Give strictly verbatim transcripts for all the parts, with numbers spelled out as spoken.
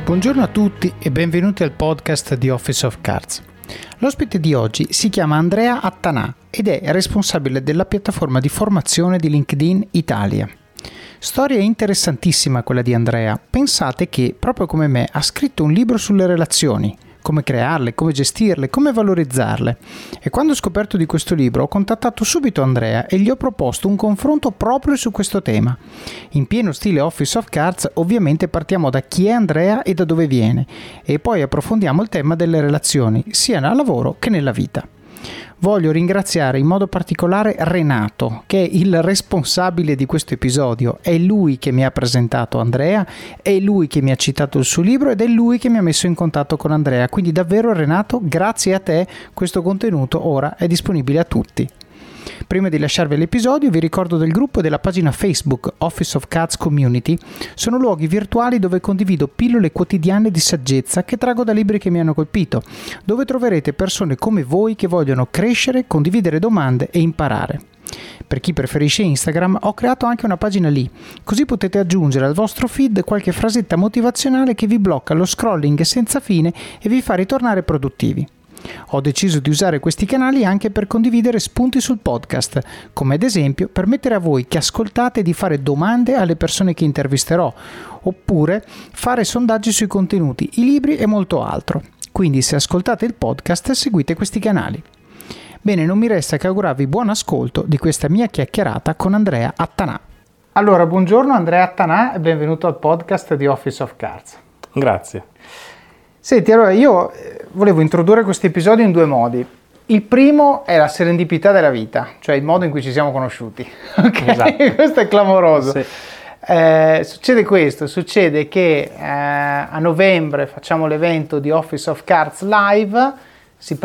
Buongiorno a tutti e benvenuti al podcast di Office of Cards. L'ospite di oggi si chiama Andrea Attanà ed è responsabile della piattaforma di formazione di LinkedIn Italia. Storia interessantissima quella di Andrea. Pensate che, proprio come me, ha scritto un libro sulle relazioni, come crearle, come gestirle, come valorizzarle. E quando ho scoperto di questo libro ho contattato subito Andrea e gli ho proposto un confronto proprio su questo tema. In pieno stile Office of Cards, ovviamente partiamo da chi è Andrea e da dove viene, e poi approfondiamo il tema delle relazioni, sia nel lavoro che nella vita. Voglio ringraziare in modo particolare Renato, che è il responsabile di questo episodio. È lui che mi ha presentato Andrea, è lui che mi ha citato il suo libro ed è lui che mi ha messo in contatto con Andrea. Quindi davvero Renato, grazie a te, questo contenuto ora è disponibile a tutti. Prima di lasciarvi l'episodio vi ricordo del gruppo e della pagina Facebook Office of Cards Community. Sono luoghi virtuali dove condivido pillole quotidiane di saggezza che traggo da libri che mi hanno colpito, dove troverete persone come voi che vogliono crescere, condividere domande e imparare. Per chi preferisce Instagram ho creato anche una pagina lì, così potete aggiungere al vostro feed qualche frasetta motivazionale che vi blocca lo scrolling senza fine e vi fa ritornare produttivi. Ho deciso di usare questi canali anche per condividere spunti sul podcast, come ad esempio permettere a voi che ascoltate di fare domande alle persone che intervisterò, oppure fare sondaggi sui contenuti, i libri e molto altro. Quindi se ascoltate il podcast seguite questi canali. Bene, non mi resta che augurarvi buon ascolto di questa mia chiacchierata con Andrea Attanà. Allora, buongiorno Andrea Attanà e benvenuto al podcast di Office of Cards. Grazie. Senti, allora io volevo introdurre questo episodio in due modi. Il primo è la serendipità della vita, cioè il modo in cui ci siamo conosciuti. Ok, esatto. Questo è clamoroso. Sì. Eh, succede questo, succede che eh, a novembre facciamo l'evento di Office of Cards Live, si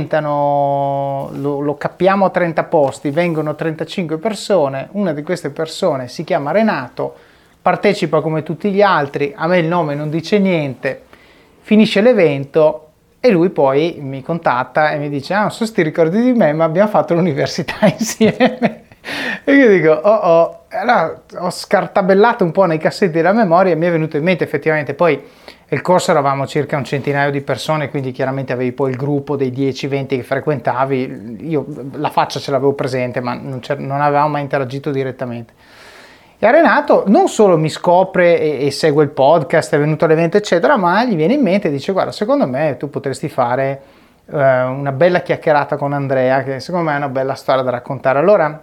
presentano, lo, lo cappiamo a trenta posti, vengono trentacinque persone, una di queste persone si chiama Renato, partecipa come tutti gli altri, a me il nome non dice niente. Finisce l'evento e lui poi mi contatta e mi dice: ah, non so se ti ricordi di me, ma abbiamo fatto l'università insieme. E io dico: oh oh, allora, ho scartabellato un po' nei cassetti della memoria e mi è venuto in mente effettivamente. Poi il corso eravamo circa un centinaio di persone, quindi chiaramente avevi poi il gruppo dei dieci venti che frequentavi. Io la faccia ce l'avevo presente, ma non, non avevamo mai interagito direttamente. E a Renato non solo mi scopre e, e segue il podcast, è venuto all'evento eccetera, ma gli viene in mente e dice: guarda, secondo me tu potresti fare eh, una bella chiacchierata con Andrea, che secondo me è una bella storia da raccontare. Allora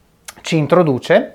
ci introduce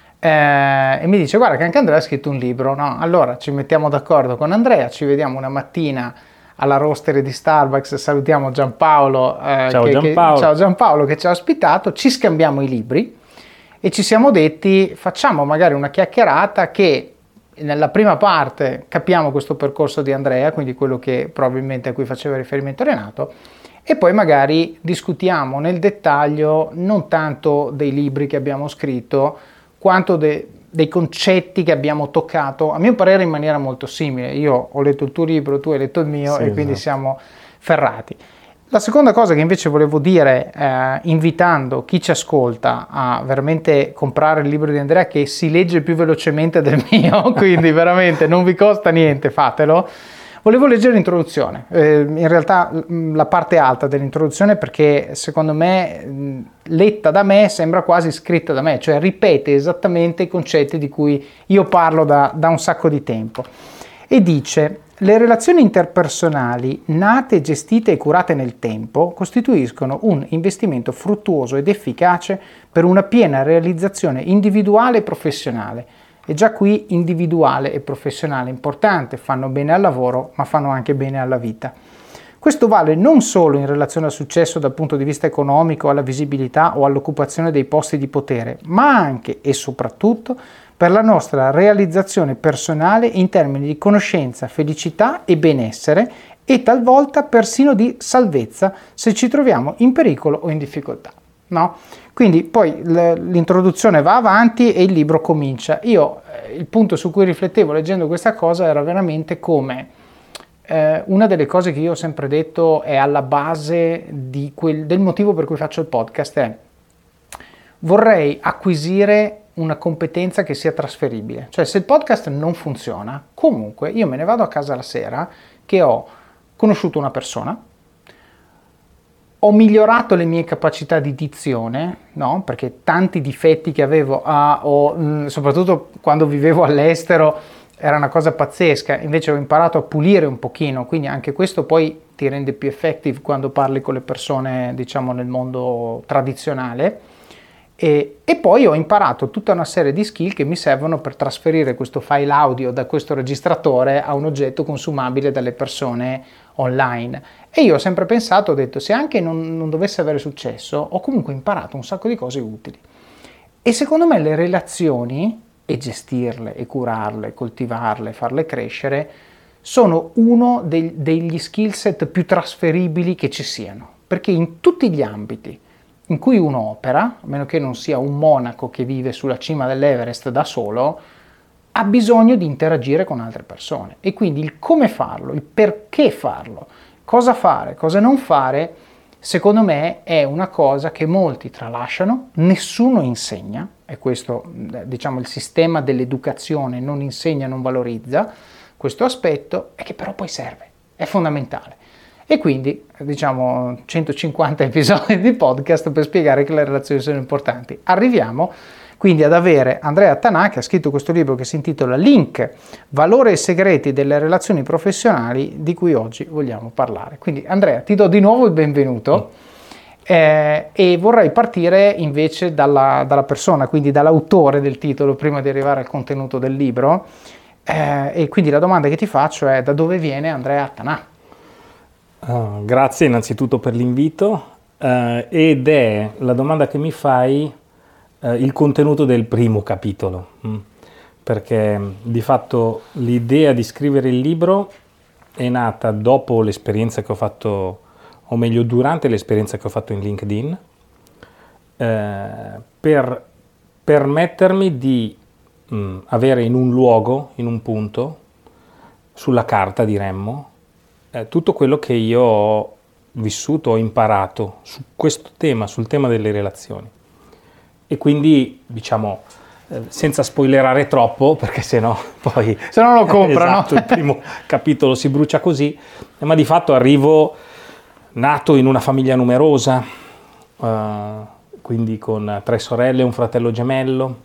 eh, e mi dice: guarda che anche Andrea ha scritto un libro, no? Allora ci mettiamo d'accordo con Andrea, ci vediamo una mattina alla roastery di Starbucks, salutiamo Giampaolo, eh, ciao, che, Giampaolo. Che, ciao Giampaolo che ci ha ospitato, ci scambiamo i libri. E ci siamo detti, facciamo magari una chiacchierata che nella prima parte capiamo questo percorso di Andrea, quindi quello che probabilmente a cui faceva riferimento Renato, e poi magari discutiamo nel dettaglio non tanto dei libri che abbiamo scritto, quanto de, dei concetti che abbiamo toccato, a mio parere in maniera molto simile. Io ho letto il tuo libro, tu hai letto il mio, sì, e quindi esatto. Siamo ferrati. La seconda cosa che invece volevo dire, eh, invitando chi ci ascolta a veramente comprare il libro di Andrea, che si legge più velocemente del mio, quindi veramente non vi costa niente, fatelo. Volevo leggere l'introduzione, eh, in realtà la parte alta dell'introduzione, perché secondo me, letta da me, sembra quasi scritta da me, cioè ripete esattamente i concetti di cui io parlo da, da un sacco di tempo. E dice: le relazioni interpersonali, nate, gestite e curate nel tempo, costituiscono un investimento fruttuoso ed efficace per una piena realizzazione individuale e professionale. E già qui individuale e professionale importante, fanno bene al lavoro, ma fanno anche bene alla vita. Questo vale non solo in relazione al successo dal punto di vista economico, alla visibilità o all'occupazione dei posti di potere, ma anche e soprattutto per la nostra realizzazione personale in termini di conoscenza, felicità e benessere, e talvolta persino di salvezza se ci troviamo in pericolo o in difficoltà. No? Quindi poi l'introduzione va avanti e il libro comincia. Io eh, il punto su cui riflettevo leggendo questa cosa era veramente come eh, una delle cose che io ho sempre detto è alla base di quel, del motivo per cui faccio il podcast è: vorrei acquisire una competenza che sia trasferibile. Cioè, se il podcast non funziona, comunque io me ne vado a casa la sera che ho conosciuto una persona, ho migliorato le mie capacità di dizione, no? Perché tanti difetti che avevo, ah, o, mh, soprattutto quando vivevo all'estero, era una cosa pazzesca, invece ho imparato a pulire un pochino, quindi anche questo poi ti rende più effective quando parli con le persone, diciamo, nel mondo tradizionale. E, e poi ho imparato tutta una serie di skill che mi servono per trasferire questo file audio da questo registratore a un oggetto consumabile dalle persone online. E io ho sempre pensato, ho detto, se anche non, non dovesse avere successo, ho comunque imparato un sacco di cose utili. E secondo me le relazioni, e gestirle, e curarle, coltivarle, farle crescere, sono uno dei, degli skill set più trasferibili che ci siano. Perché in tutti gli ambiti in cui uno opera, a meno che non sia un monaco che vive sulla cima dell'Everest da solo, ha bisogno di interagire con altre persone. E quindi il come farlo, il perché farlo, cosa fare, cosa non fare, secondo me è una cosa che molti tralasciano, nessuno insegna, e questo, diciamo, il sistema dell'educazione non insegna, non valorizza questo aspetto, e che però poi serve, è fondamentale. E quindi, diciamo, centocinquanta episodi di podcast per spiegare che le relazioni sono importanti. Arriviamo quindi ad avere Andrea Attanà, che ha scritto questo libro che si intitola Link, valori e segreti delle relazioni professionali, di cui oggi vogliamo parlare. Quindi Andrea, ti do di nuovo il benvenuto eh, e vorrei partire invece dalla, dalla persona, quindi dall'autore del titolo, prima di arrivare al contenuto del libro. Eh, e quindi la domanda che ti faccio è: da dove viene Andrea Attanà? Uh, grazie innanzitutto per l'invito uh, ed è la domanda che mi fai uh, il contenuto del primo capitolo, mh? Perché di fatto l'idea di scrivere il libro è nata dopo l'esperienza che ho fatto, o meglio durante l'esperienza che ho fatto in LinkedIn, eh, per permettermi di mh, avere in un luogo, in un punto, sulla carta diremmo, tutto quello che io ho vissuto, ho imparato su questo tema, sul tema delle relazioni. E quindi, diciamo, eh, senza spoilerare troppo, perché sennò poi... Se no lo comprano. Esatto, il primo capitolo si brucia così, eh, ma di fatto arrivo nato in una famiglia numerosa, eh, quindi con tre sorelle e un fratello gemello,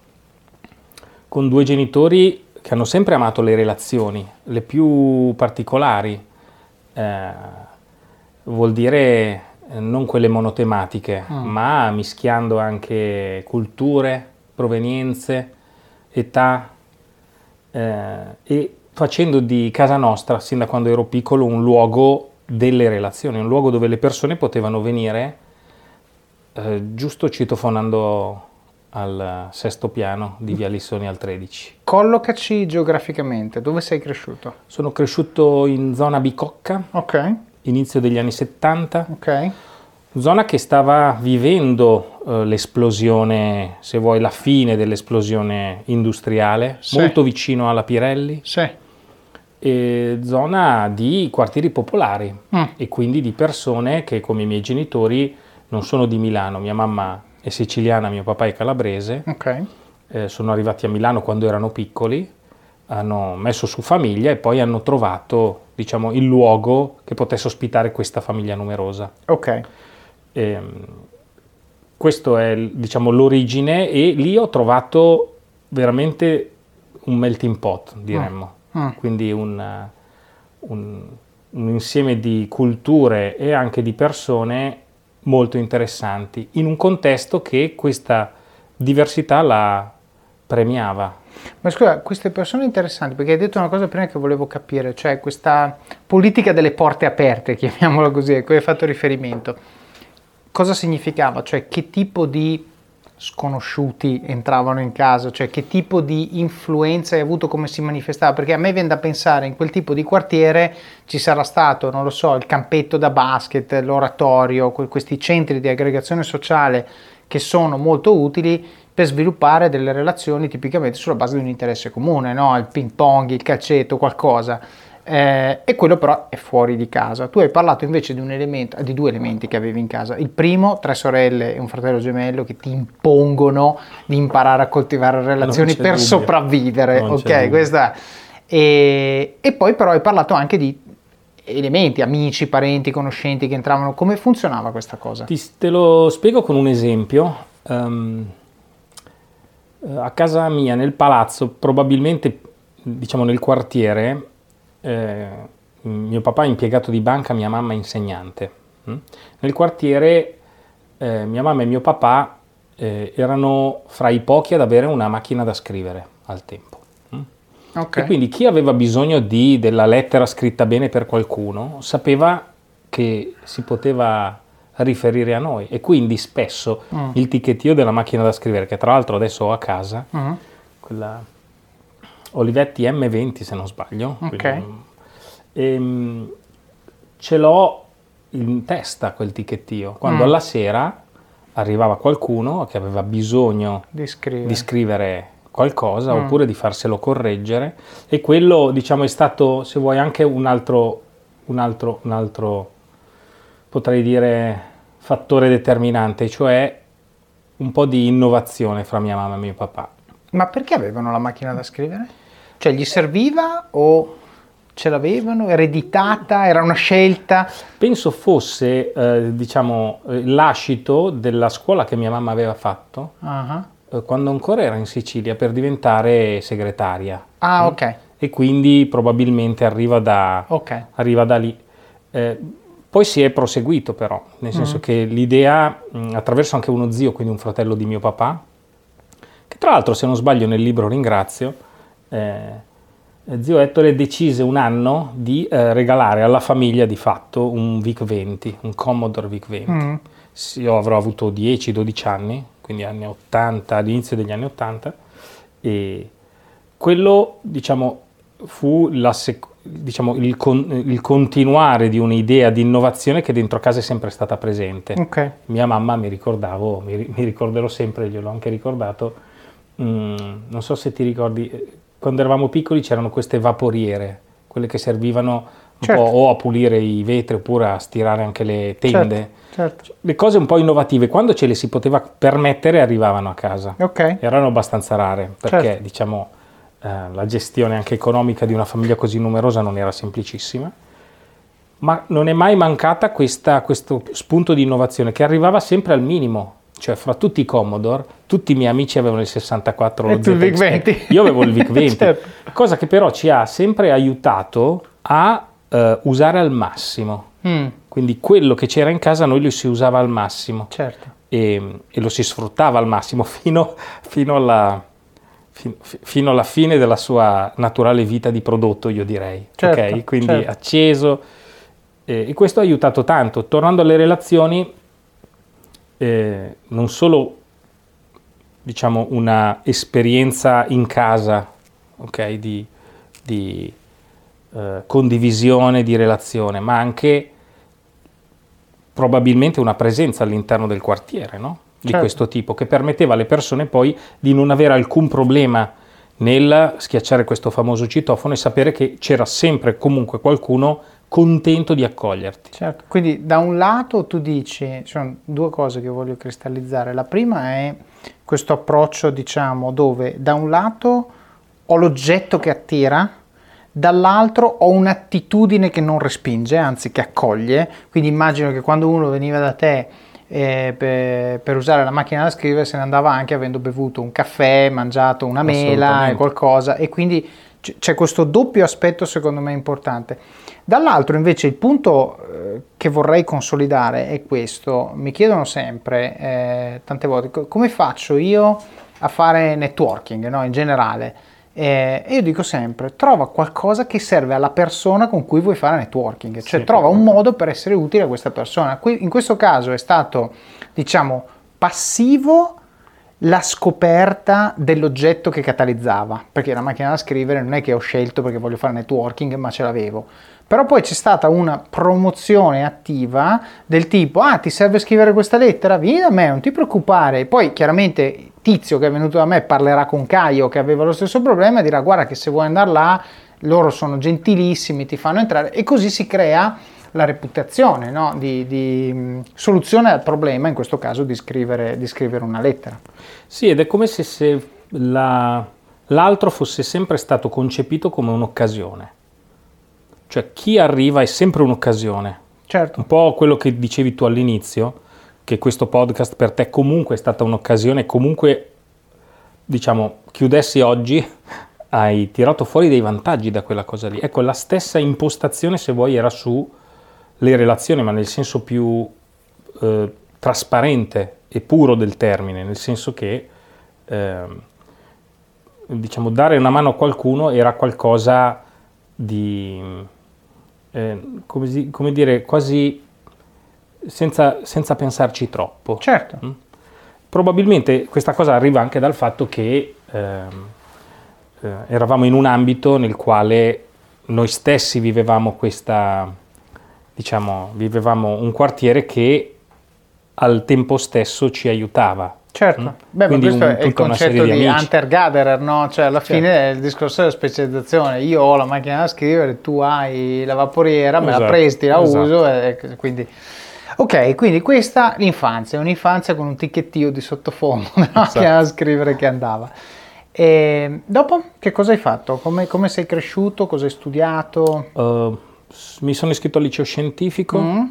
con due genitori che hanno sempre amato le relazioni, le più particolari. Eh, vuol dire non quelle monotematiche, mm. ma mischiando anche culture, provenienze, età eh, e facendo di casa nostra, sin da quando ero piccolo, un luogo delle relazioni, un luogo dove le persone potevano venire eh, giusto citofonando al sesto piano di Via Lissoni al tredici. Collocaci geograficamente, dove sei cresciuto? Sono cresciuto in zona Bicocca, ok, inizio degli anni settanta, ok, zona che stava vivendo eh, l'esplosione, se vuoi la fine dell'esplosione industriale, sì. molto vicino alla Pirelli, sì. e zona di quartieri popolari mm. e quindi di persone che, come i miei genitori, non sono di Milano, mia mamma è siciliana, mio papà è calabrese, okay. eh, sono arrivati a Milano quando erano piccoli, hanno messo su famiglia e poi hanno trovato, diciamo, il luogo che potesse ospitare questa famiglia numerosa. Ok. E, questo è, diciamo, l'origine, e lì ho trovato veramente un melting pot, diremmo, mm. Mm. quindi un, un, un insieme di culture e anche di persone molto interessanti, in un contesto che questa diversità la premiava. Ma scusa, queste persone interessanti, perché hai detto una cosa prima che volevo capire, cioè questa politica delle porte aperte, chiamiamola così, a cui hai fatto riferimento, cosa significava? Cioè che tipo di sconosciuti entravano in casa, cioè che tipo di influenza hai avuto, come si manifestava? Perché a me viene da pensare, in quel tipo di quartiere ci sarà stato, non lo so, il campetto da basket, l'oratorio, questi centri di aggregazione sociale che sono molto utili per sviluppare delle relazioni tipicamente sulla base di un interesse comune, no? Il ping pong, il calcetto, qualcosa. eh, e quello però è fuori di casa. Tu hai parlato invece di un elemento, di due elementi che avevi in casa. Il primo, tre sorelle e un fratello gemello che ti impongono di imparare a coltivare relazioni per dubbio. sopravvivere, non ok? Questa e, e poi però hai parlato anche di elementi, amici, parenti, conoscenti che entravano. Come funzionava questa cosa? Ti, te lo spiego con un esempio. Um, a casa mia, nel palazzo, probabilmente, diciamo nel quartiere, eh, mio papà è impiegato di banca, mia mamma è insegnante. Mm? Nel quartiere eh, mia mamma e mio papà eh, erano fra i pochi ad avere una macchina da scrivere al tempo. Okay. E quindi chi aveva bisogno di, della lettera scritta bene per qualcuno sapeva che si poteva riferire a noi, e quindi spesso mm. il ticchettio della macchina da scrivere, che tra l'altro adesso ho a casa, mm. quella Olivetti M venti se non sbaglio, okay. quindi, ehm, ce l'ho in testa quel ticchettio, quando mm. alla sera arrivava qualcuno che aveva bisogno di scrivere, di scrivere qualcosa, mm. oppure di farselo correggere, e quello, diciamo, è stato, se vuoi, anche un altro, un altro, un altro, potrei dire, fattore determinante, cioè un po' di innovazione fra mia mamma e mio papà. Ma perché avevano la macchina da scrivere? Cioè gli serviva o ce l'avevano? Ereditata? Era una scelta? Penso fosse, eh, diciamo, l'ascito della scuola che mia mamma aveva fatto. Uh-huh. Quando ancora era in Sicilia, per diventare segretaria. Ah, ok. E quindi probabilmente arriva da, okay. arriva da lì. Eh, poi si è proseguito però, nel senso mm. che l'idea, mh, attraverso anche uno zio, quindi un fratello di mio papà, che tra l'altro, se non sbaglio nel libro ringrazio, eh, zio Ettore decise un anno di eh, regalare alla famiglia di fatto un VIC venti, un Commodore VIC venti. Mm. Io avrò avuto dieci dodici anni, quindi anni ottanta, all'inizio degli anni ottanta, e quello, diciamo, fu la sec- diciamo, il, con- il continuare di un'idea di innovazione che dentro casa è sempre stata presente. Okay. Mia mamma, mi ricordavo, mi, mi ricorderò sempre, gliel'ho anche ricordato, mh, non so se ti ricordi, quando eravamo piccoli c'erano queste vaporiere, quelle che servivano un certo. po' o a pulire i vetri oppure a stirare anche le tende. Certo. Certo. Le cose un po' innovative, quando ce le si poteva permettere, arrivavano a casa. Okay. Erano abbastanza rare, perché certo. diciamo eh, la gestione anche economica di una famiglia così numerosa non era semplicissima, ma non è mai mancata questa, questo spunto di innovazione che arrivava sempre al minimo. Cioè, fra tutti i Commodore, tutti i miei amici avevano il sessantaquattro, e tu il VIC venti. Io avevo il VIC venti, certo. cosa che però ci ha sempre aiutato a uh, usare al massimo. Mm. Quindi quello che c'era in casa noi lo si usava al massimo, certo. e, e lo si sfruttava al massimo fino, fino, alla, fino, fino alla fine della sua naturale vita di prodotto, io direi. Certo, okay? Quindi certo. acceso, eh, e questo ha aiutato tanto. Tornando alle relazioni, eh, non solo, diciamo, una esperienza in casa, ok, di, di eh, condivisione, di relazione, ma anche probabilmente una presenza all'interno del quartiere, no? Di certo. questo tipo, che permetteva alle persone poi di non avere alcun problema nel schiacciare questo famoso citofono e sapere che c'era sempre comunque qualcuno contento di accoglierti. Certo, quindi da un lato tu dici, ci sono due cose che voglio cristallizzare. La prima è questo approccio, diciamo, dove da un lato ho l'oggetto che attira, dall'altro ho un'attitudine che non respinge, anzi che accoglie. Quindi immagino che quando uno veniva da te eh, per, per usare la macchina da scrivere se ne andava anche avendo bevuto un caffè, mangiato una mela e qualcosa, e quindi c- c'è questo doppio aspetto secondo me importante. Dall'altro invece il punto eh, che vorrei consolidare è questo. Mi chiedono sempre eh, tante volte co- come faccio io a fare networking, no? In generale. Eh, e io dico sempre, trova qualcosa che serve alla persona con cui vuoi fare networking, cioè sì, trova un modo per essere utile a questa persona. Qui, in questo caso è stato, diciamo, passivo la scoperta dell'oggetto che catalizzava, perché la macchina da scrivere non è che ho scelto perché voglio fare networking, ma ce l'avevo. Però poi c'è stata una promozione attiva del tipo, ah, ti serve scrivere questa lettera? Vieni da me, non ti preoccupare. Poi chiaramente Tizio che è venuto da me parlerà con Caio che aveva lo stesso problema e dirà, guarda che se vuoi andare là loro sono gentilissimi, ti fanno entrare e così si crea la reputazione, no? di, di mh, soluzione al problema, in questo caso di scrivere, di scrivere una lettera. Sì, ed è come se, se la, l'altro fosse sempre stato concepito come un'occasione. Cioè chi arriva è sempre un'occasione. Certo. Un po' quello che dicevi tu all'inizio, che questo podcast per te comunque è stata un'occasione, comunque, diciamo, chiudessi oggi, hai tirato fuori dei vantaggi da quella cosa lì. Ecco, la stessa impostazione, se vuoi, era su le relazioni, ma nel senso più eh, trasparente e puro del termine, nel senso che eh, diciamo dare una mano a qualcuno era qualcosa di eh, come, si, come dire quasi senza, senza pensarci troppo. Certo. Mm? Probabilmente questa cosa arriva anche dal fatto che eh, eh, eravamo in un ambito nel quale noi stessi vivevamo questa diciamo, vivevamo un quartiere che al tempo stesso ci aiutava. Certo, Mm? beh, Quindi ma questo un- è il tutta una concetto serie di, di amici. hunter-gatherer, no? Cioè alla Certo. fine è il discorso della specializzazione. Io ho la macchina da scrivere, tu hai la vaporiera, me la Esatto, presti, la esatto. uso e quindi... Ok, quindi questa è l'infanzia, un'infanzia con un ticchettio di sottofondo nella macchina Esatto. da scrivere che andava. E dopo che cosa hai fatto? Come, come sei cresciuto? Cosa hai studiato? Uh, s- mi sono iscritto al liceo scientifico, Mm?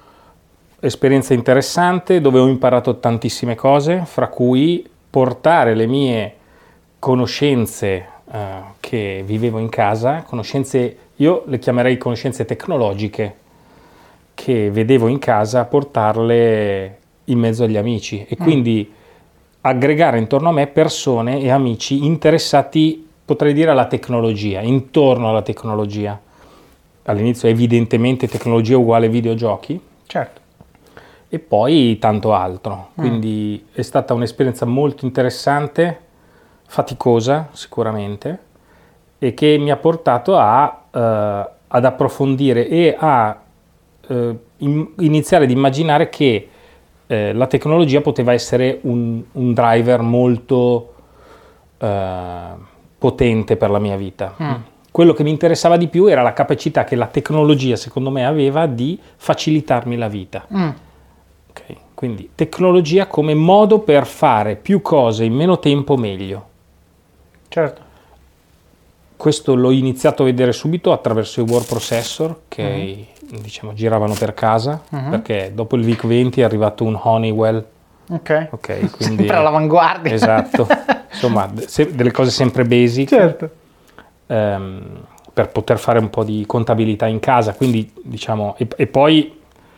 esperienza interessante dove ho imparato tantissime cose, fra cui portare le mie conoscenze uh, che vivevo in casa, conoscenze, io le chiamerei conoscenze tecnologiche, che vedevo in casa, portarle in mezzo agli amici e quindi aggregare intorno a me persone e amici interessati, potrei dire, alla tecnologia, intorno alla tecnologia. All'inizio evidentemente tecnologia uguale videogiochi Certo. e poi tanto altro. Quindi è stata un'esperienza molto interessante, faticosa sicuramente, e che mi ha portato a, eh, ad approfondire e a eh, in- iniziare ad immaginare che eh, la tecnologia poteva essere un, un driver molto eh, potente per la mia vita. Mm. Quello che mi interessava di più era la capacità che la tecnologia, secondo me, aveva di facilitarmi la vita. Mm. Ok? Quindi tecnologia come modo per fare più cose in meno tempo meglio. Certo. Questo l'ho iniziato a vedere subito attraverso i word processor che diciamo giravano per casa, Mhm. perché dopo il VIC venti è arrivato un Honeywell. Ok. Ok, quindi Sempre all'avanguardia. esatto. Insomma, de- se- delle cose sempre basic. Certo. ehm, per poter fare un po' di contabilità in casa, quindi diciamo, e, e poi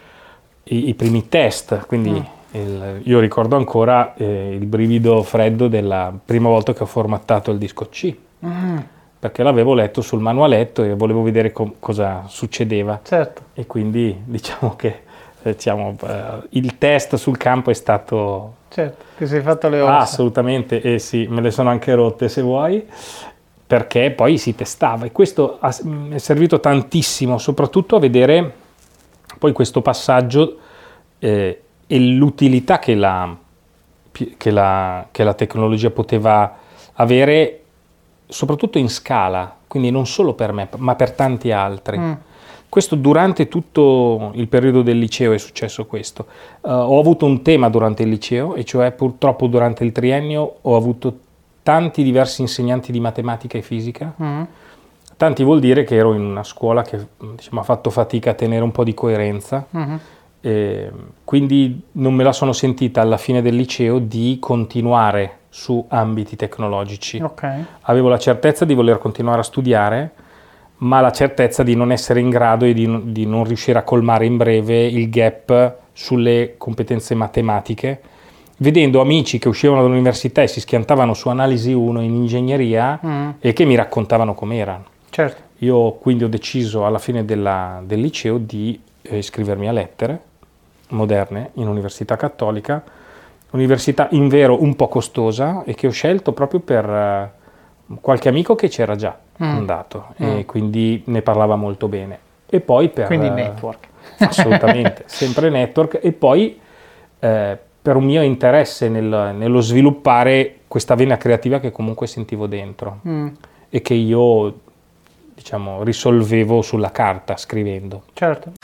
i, i primi test, quindi il- io ricordo ancora eh, il brivido freddo della prima volta che ho formattato il disco C, Mm. perché l'avevo letto sul manualetto e volevo vedere com- cosa succedeva, Certo. e quindi diciamo che eh, diciamo, eh, il test sul campo è stato Certo. Ti sei fatto le ah, ossa. assolutamente, e sì, me le sono anche rotte se vuoi, perché poi si testava e questo ha- mi è servito tantissimo, soprattutto a vedere poi questo passaggio eh, e l'utilità che la, che, la, che la tecnologia poteva avere, soprattutto in scala, quindi non solo per me, ma per tanti altri. Mm. Questo durante tutto il periodo del liceo è successo questo. Uh, ho avuto un tema durante il liceo, e cioè purtroppo durante il triennio ho avuto tanti diversi insegnanti di matematica e fisica. Mm. Tanti vuol dire che ero in una scuola che diciamo, ha fatto fatica a tenere un po' di coerenza, Mhm. e quindi non me la sono sentita alla fine del liceo di continuare su ambiti tecnologici. Ok. Avevo la certezza di voler continuare a studiare, ma la certezza di non essere in grado e di, di non riuscire a colmare in breve il gap sulle competenze matematiche, vedendo amici che uscivano dall'università e si schiantavano su analisi uno in ingegneria Mm. e che mi raccontavano com'erano. Certo. Io quindi ho deciso alla fine della, del liceo di eh, iscrivermi a lettere moderne in Università Cattolica, università in vero un po' costosa e che ho scelto proprio per eh, qualche amico che c'era già Mm. andato Mm. e quindi ne parlava molto bene. E poi per... Quindi eh, network. Assolutamente, sempre network, e poi eh, per un mio interesse nel- nello sviluppare questa vena creativa che comunque sentivo dentro Mm. e che io diciamo, risolvevo sulla carta scrivendo. Certo.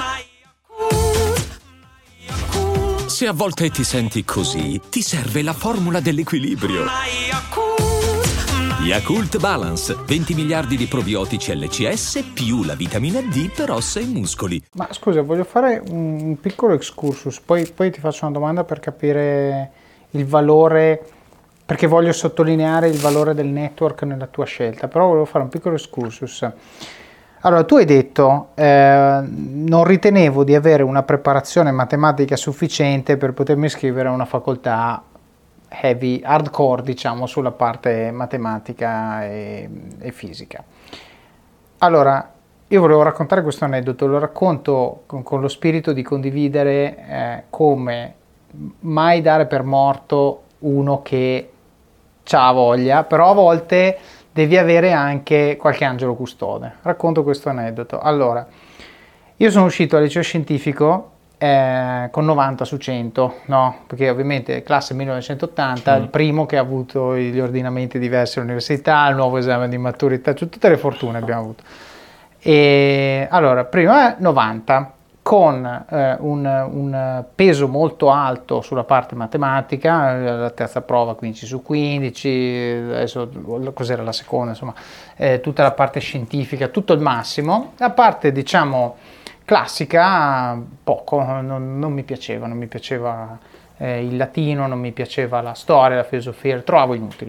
Se a volte ti senti così, ti serve la formula dell'equilibrio. Yakult Balance, venti miliardi di probiotici L C S più la vitamina D per ossa e muscoli. Ma scusa, voglio fare un piccolo excursus, poi, poi ti faccio una domanda per capire il valore, perché voglio sottolineare il valore del network nella tua scelta, però volevo fare un piccolo excursus. Allora, tu hai detto, eh, non ritenevo di avere una preparazione matematica sufficiente per potermi iscrivere a una facoltà heavy, hardcore, diciamo, sulla parte matematica e, e fisica. Allora, io volevo raccontare questo aneddoto, lo racconto con, con lo spirito di condividere eh, come mai dare per morto uno che c'ha voglia, però a volte devi avere anche qualche angelo custode. Racconto questo aneddoto. Allora, io sono uscito al liceo scientifico eh, con novanta su cento, no? Perché ovviamente classe millenovecentottanta, mm. il primo che ha avuto gli ordinamenti diversi all'università, il nuovo esame di maturità, cioè tutte le fortune abbiamo avuto. E allora, prima novanta, con eh, un, un peso molto alto sulla parte matematica, la terza prova quindici su quindici, adesso cos'era la seconda, insomma, eh, tutta la parte scientifica, tutto il massimo, la parte diciamo classica poco, non, non mi piaceva, non mi piaceva eh, il latino, non mi piaceva la storia, la filosofia, le trovavo inutili.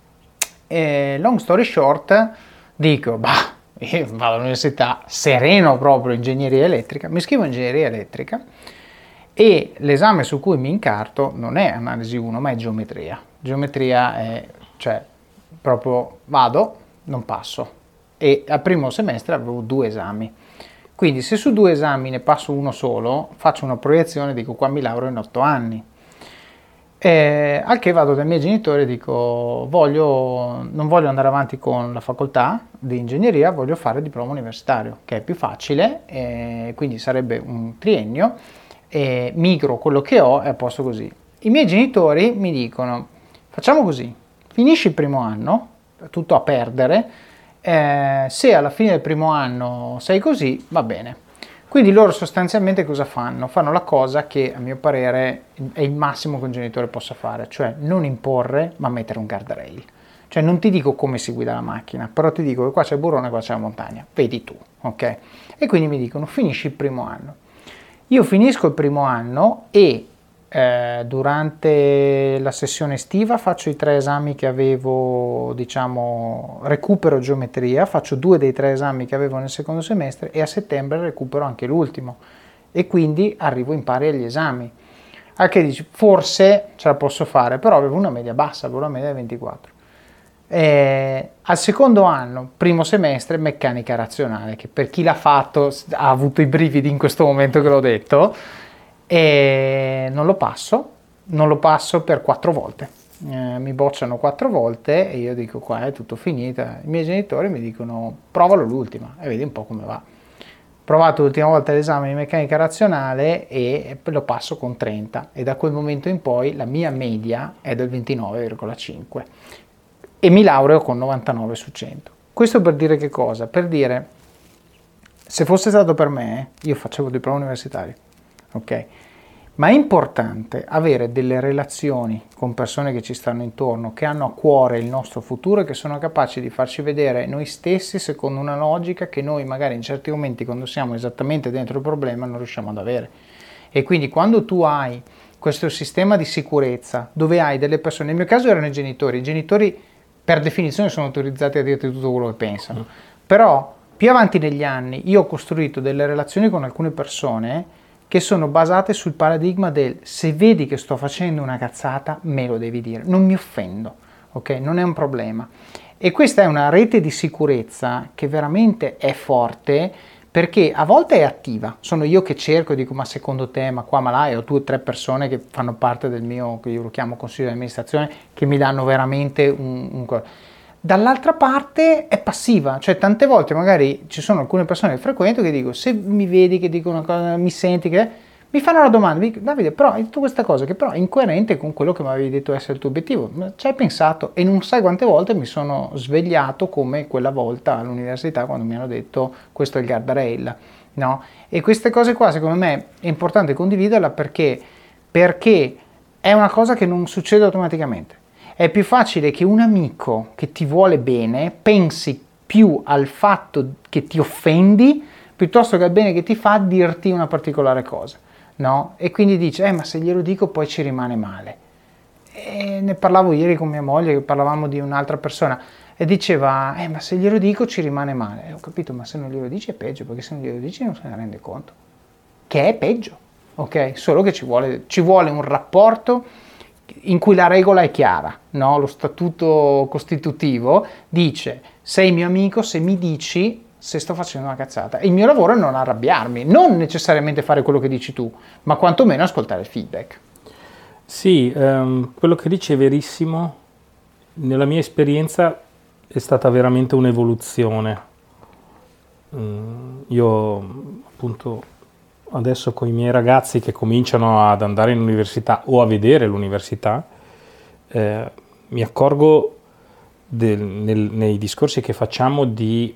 E, long story short, dico, bah, io vado all'università sereno proprio, ingegneria elettrica, mi iscrivo in ingegneria elettrica e l'esame su cui mi incarto non è analisi uno ma è geometria. Geometria è, cioè, proprio vado, non passo, e al primo semestre avevo due esami. Quindi se su due esami ne passo uno solo, faccio una proiezione e dico qua mi laureo in otto anni. Eh, al che vado dai miei genitori e dico voglio, non voglio andare avanti con la facoltà di ingegneria, voglio fare il diploma universitario che è più facile, eh, quindi sarebbe un triennio, eh, migro quello che ho e a posto così. I miei genitori mi dicono facciamo così, finisci il primo anno, tutto a perdere, eh, se alla fine del primo anno sei così va bene. Quindi loro sostanzialmente cosa fanno? Fanno la cosa che a mio parere è il massimo che un genitore possa fare, cioè non imporre ma mettere un guardrail. Cioè non ti dico come si guida la macchina, però ti dico che qua c'è il burrone e qua c'è la montagna, vedi tu, ok? E quindi mi dicono finisci il primo anno. Io finisco il primo anno e eh, durante la sessione estiva faccio i tre esami che avevo, diciamo, recupero geometria, faccio due dei tre esami che avevo nel secondo semestre e a settembre recupero anche l'ultimo e quindi arrivo in pari agli esami. Al che dici, forse ce la posso fare, però avevo una media bassa, avevo una media di ventiquattro. Eh, al secondo anno, primo semestre, meccanica razionale, che per chi l'ha fatto ha avuto i brividi in questo momento che l'ho detto, e non lo passo, non lo passo per quattro volte, eh, mi bocciano quattro volte e io dico qua è tutto finito. I miei genitori mi dicono provalo l'ultima e vedi un po' come va. Provato l'ultima volta l'esame di meccanica razionale e lo passo con trenta e da quel momento in poi la mia media è del ventinove virgola cinque e mi laureo con novantanove su cento. Questo per dire che cosa? Per dire, se fosse stato per me io facevo il diploma universitario. Ok, ma è importante avere delle relazioni con persone che ci stanno intorno, che hanno a cuore il nostro futuro e che sono capaci di farci vedere noi stessi secondo una logica che noi magari in certi momenti, quando siamo esattamente dentro il problema, non riusciamo ad avere. E quindi quando tu hai questo sistema di sicurezza dove hai delle persone, nel mio caso erano i genitori, i genitori per definizione sono autorizzati a dirti tutto quello che pensano, però più avanti negli anni io ho costruito delle relazioni con alcune persone che sono basate sul paradigma del se vedi che sto facendo una cazzata me lo devi dire, non mi offendo, ok? Non è un problema. E questa è una rete di sicurezza che veramente è forte perché a volte è attiva, sono io che cerco e dico ma secondo te, ma qua, ma là, e ho due o tre persone che fanno parte del mio, che io lo chiamo consiglio di amministrazione, che mi danno veramente un... un Dall'altra parte è passiva, cioè tante volte magari ci sono alcune persone che frequento che dico se mi vedi che dico una cosa, mi senti che mi fanno la domanda, mi dico, Davide, però hai detto questa cosa che però è incoerente con quello che mi avevi detto essere il tuo obiettivo, ci hai pensato? E non sai quante volte mi sono svegliato come quella volta all'università quando mi hanno detto questo è il guardrail, no? E queste cose qua secondo me è importante condividerla perché, perché è una cosa che non succede automaticamente. È più facile che un amico che ti vuole bene pensi più al fatto che ti offendi piuttosto che al bene che ti fa dirti una particolare cosa, no? E quindi dice, eh ma se glielo dico poi ci rimane male. E ne parlavo ieri con mia moglie, che parlavamo di un'altra persona, e diceva, eh ma se glielo dico ci rimane male. E ho capito, ma se non glielo dici è peggio, perché se non glielo dici non se ne rende conto. Che è peggio, ok? Solo che ci vuole, ci vuole un rapporto in cui la regola è chiara, no? Lo statuto costitutivo dice, sei mio amico se mi dici se sto facendo una cazzata. Il mio lavoro è non arrabbiarmi, non necessariamente fare quello che dici tu, ma quantomeno ascoltare il feedback. Sì, ehm, quello che dici è verissimo. Nella mia esperienza è stata veramente un'evoluzione. Mm, io appunto adesso con i miei ragazzi che cominciano ad andare in università o a vedere l'università, eh, mi accorgo del, nel, nei discorsi che facciamo di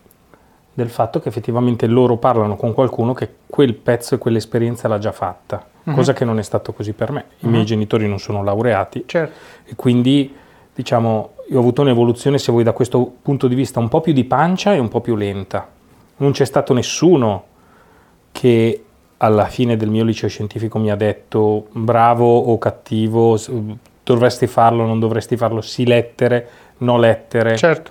del fatto che effettivamente loro parlano con qualcuno che quel pezzo e quell'esperienza l'ha già fatta, uh-huh. cosa che non è stato così per me. I uh-huh. miei genitori non sono laureati, certo. E quindi diciamo io ho avuto un'evoluzione, se vuoi, da questo punto di vista un po' più di pancia e un po' più lenta. Non c'è stato nessuno che alla fine del mio liceo scientifico mi ha detto bravo o cattivo, dovresti farlo, non dovresti farlo, sì lettere, no lettere. Certo.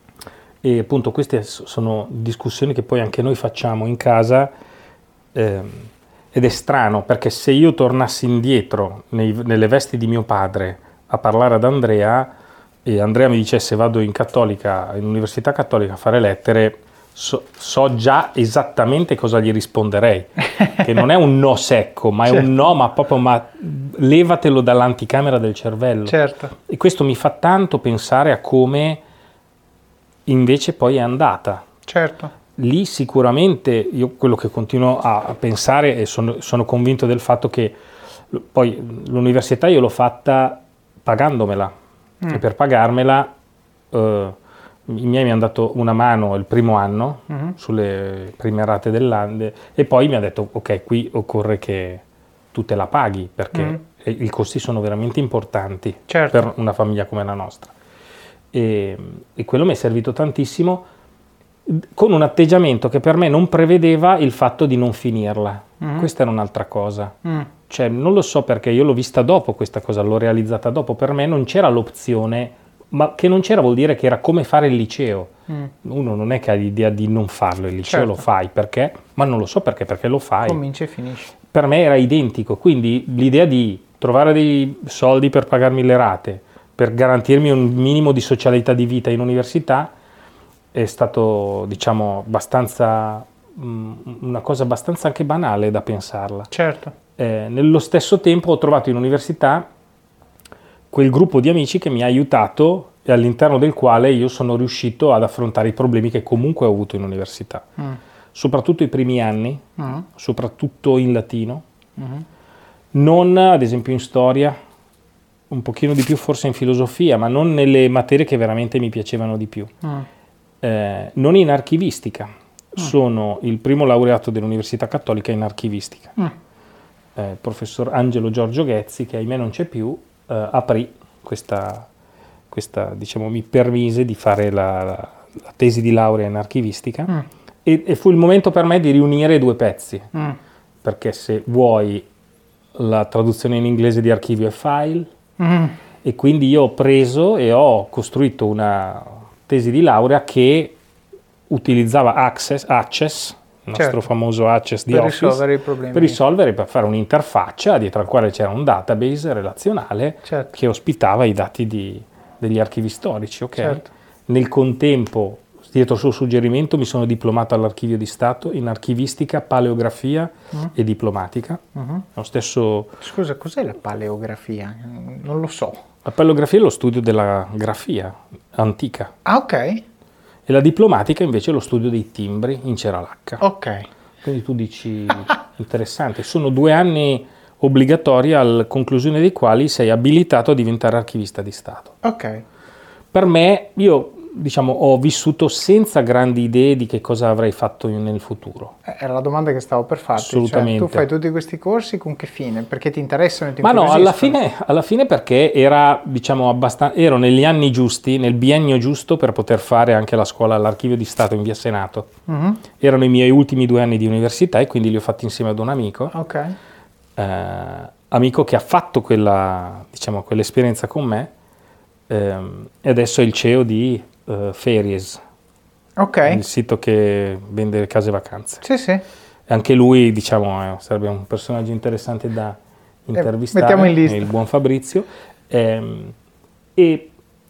E appunto queste sono discussioni che poi anche noi facciamo in casa, ehm, ed è strano perché se io tornassi indietro nei, nelle vesti di mio padre a parlare ad Andrea e Andrea mi dicesse vado in cattolica, in università cattolica a fare lettere, so, so già esattamente cosa gli risponderei, che non è un no secco, ma certo. è un no, ma proprio ma levatelo dall'anticamera del cervello. Certo. E questo mi fa tanto pensare a come invece poi è andata. Certo. Lì sicuramente io quello che continuo a pensare e sono, sono convinto del fatto che poi l'università io l'ho fatta pagandomela mm. e per pagarmela eh, i miei mi hanno dato una mano il primo anno mm-hmm. sulle prime rate dell'anno e poi mi ha detto ok, qui occorre che tu te la paghi perché mm. i costi sono veramente importanti certo. per una famiglia come la nostra. E, e quello mi è servito tantissimo con un atteggiamento che per me non prevedeva il fatto di non finirla. Mm. Questa era un'altra cosa. Mm. Cioè, non lo so perché io l'ho vista dopo questa cosa, l'ho realizzata dopo. Per me non c'era l'opzione, ma che non c'era vuol dire che era come fare il liceo. Mm. Uno non è che ha l'idea di non farlo, il liceo certo. lo fai perché, ma non lo so perché, perché lo fai. Comincia e finisci. Per me era identico, quindi l'idea di trovare dei soldi per pagarmi le rate, per garantirmi un minimo di socialità di vita in università è stato, diciamo, abbastanza mh, una cosa abbastanza anche banale da pensarla. Certo. Eh, nello stesso tempo ho trovato in università quel gruppo di amici che mi ha aiutato e all'interno del quale io sono riuscito ad affrontare i problemi che comunque ho avuto in università. Mm. Soprattutto i primi anni, mm. soprattutto in latino, mm. non ad esempio in storia, un pochino di più forse in filosofia, ma non nelle materie che veramente mi piacevano di più. Mm. Eh, non in archivistica. Mm. Sono il primo laureato dell'Università Cattolica in archivistica. Mm. Eh, il professor Angelo Giorgio Ghezzi, che ahimè non c'è più, eh, aprì questa, questa, diciamo, mi permise di fare la, la, la tesi di laurea in archivistica mm. e, e fu il momento per me di riunire due pezzi. Mm. Perché se vuoi la traduzione in inglese di archivio è file, mm. e quindi io ho preso e ho costruito una tesi di laurea che utilizzava Access, Access il nostro certo. famoso Access di per Office, risolvere i problemi. per risolvere, per fare un'interfaccia dietro al quale c'era un database relazionale certo. che ospitava i dati di, degli archivi storici. Okay? Certo. Nel contempo, dietro il suo suggerimento, mi sono diplomato all'Archivio di Stato in archivistica, paleografia mm. e diplomatica. Mm-hmm. Lo stesso... Scusa, cos'è la paleografia? Non lo so. La paleografia è lo studio della grafia antica. Ah, ok. E la diplomatica invece è lo studio dei timbri in ceralacca. Ok. Quindi tu dici, interessante, sono due anni obbligatori alla conclusione dei quali sei abilitato a diventare archivista di Stato. Ok. Per me, io diciamo ho vissuto senza grandi idee di che cosa avrei fatto io nel futuro. Era la domanda che stavo per farti. Assolutamente. Cioè, tu fai tutti questi corsi con che fine? Perché ti interessano e ti Ma no, alla incuriosiscono? fine, alla fine perché era, diciamo, abbastanza, ero negli anni giusti, nel biennio giusto per poter fare anche la scuola all'Archivio di Stato in via Senato. Mm-hmm. Erano i miei ultimi due anni di università e quindi li ho fatti insieme ad un amico. Ok. Eh, amico che ha fatto quella, diciamo, quell'esperienza con me ehm, e adesso è il C E O di uh, Fairies, Ok. il sito che vende case vacanze. Sì, sì. E anche lui, diciamo, eh, sarebbe un personaggio interessante da intervistare, mettiamo in lista. il buon Fabrizio, ehm, e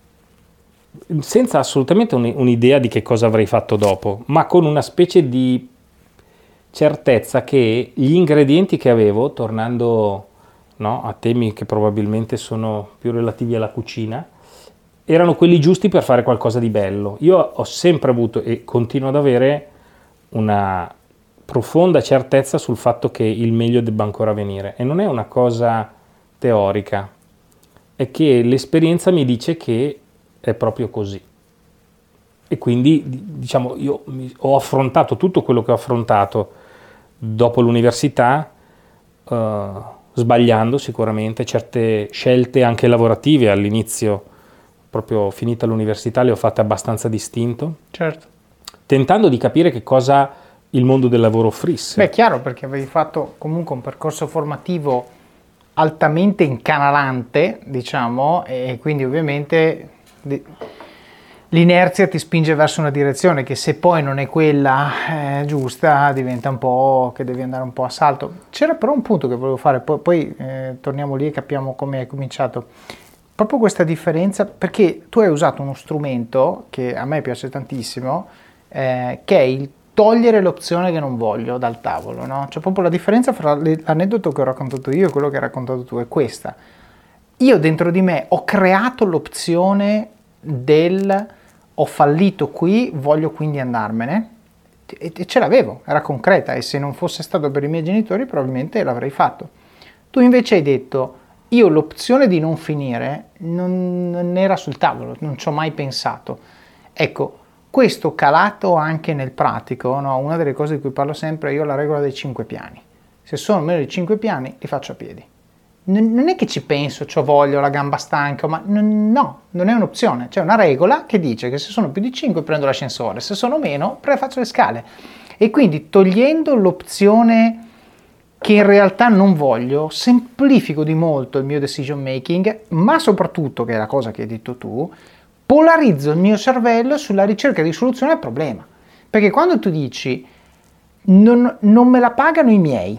senza assolutamente un, un'idea di che cosa avrei fatto dopo, ma con una specie di certezza che gli ingredienti che avevo, tornando no, a temi che probabilmente sono più relativi alla cucina, erano quelli giusti per fare qualcosa di bello. Io ho sempre avuto e continuo ad avere una profonda certezza sul fatto che il meglio debba ancora venire, e non è una cosa teorica, è che l'esperienza mi dice che è proprio così. E quindi diciamo io ho affrontato tutto quello che ho affrontato dopo l'università, eh, sbagliando sicuramente certe scelte anche lavorative all'inizio, proprio finita l'università le ho fatte abbastanza distinto, Certo. tentando di capire che cosa il mondo del lavoro offrisse. Beh, è chiaro, perché avevi fatto comunque un percorso formativo altamente incanalante, diciamo, e quindi ovviamente l'inerzia ti spinge verso una direzione che, se poi non è quella eh, giusta, diventa un po' che devi andare un po' a salto. C'era però un punto che volevo fare, poi, poi eh, torniamo lì e capiamo come hai cominciato. Proprio questa differenza, perché tu hai usato uno strumento che a me piace tantissimo, eh, che è il togliere l'opzione che non voglio dal tavolo, no? Cioè proprio la differenza fra l'aneddoto che ho raccontato io e quello che hai raccontato tu è questa. Io dentro di me ho creato l'opzione del ho fallito qui, voglio quindi andarmene, e, e ce l'avevo, era concreta, e se non fosse stato per i miei genitori probabilmente l'avrei fatto. Tu invece hai detto, io l'opzione di non finire non, non era sul tavolo, non ci ho mai pensato. Ecco, questo calato anche nel pratico, no? Una delle cose di cui parlo sempre, io ho la regola dei cinque piani. Se sono meno di cinque piani, li faccio a piedi. Non è che ci penso, c'ho voglia, ho la gamba stanca, ma n- no, non è un'opzione. C'è una regola che dice che se sono più di cinque prendo l'ascensore, se sono meno faccio le scale. E quindi, togliendo l'opzione che in realtà non voglio, semplifico di molto il mio decision making, ma soprattutto, che è la cosa che hai detto tu, polarizzo il mio cervello sulla ricerca di soluzione al problema. Perché quando tu dici non, non me la pagano i miei,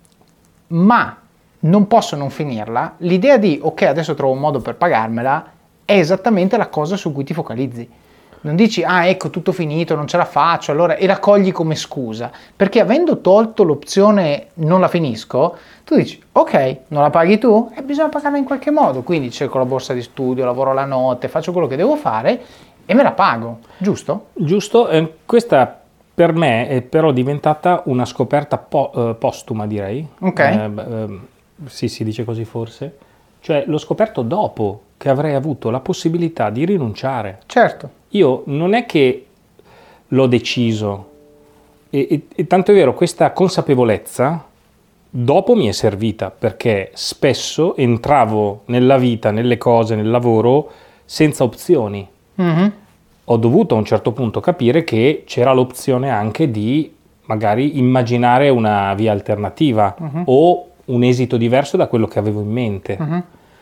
ma non posso non finirla, l'idea di ok, adesso trovo un modo per pagarmela è esattamente la cosa su cui ti focalizzi. Non dici ah ecco tutto finito, non ce la faccio, allora, e la cogli come scusa, perché avendo tolto l'opzione non la finisco, tu dici ok, non la paghi tu e bisogna pagarla in qualche modo, quindi cerco la borsa di studio, lavoro la notte, faccio quello che devo fare e me la pago, giusto? Giusto, eh, questa per me è però diventata una scoperta po- eh, postuma, direi. Ok. Eh, eh, sì, si dice così forse. Cioè l'ho scoperto dopo che avrei avuto la possibilità di rinunciare. Certo. Io non è che l'ho deciso, e, e, e tanto è vero, questa consapevolezza dopo mi è servita, perché spesso entravo nella vita, nelle cose, nel lavoro senza opzioni. Mm-hmm. Ho dovuto a un certo punto capire che c'era l'opzione anche di magari immaginare una via alternativa uh-huh. o un esito diverso da quello che avevo in mente. Uh-huh.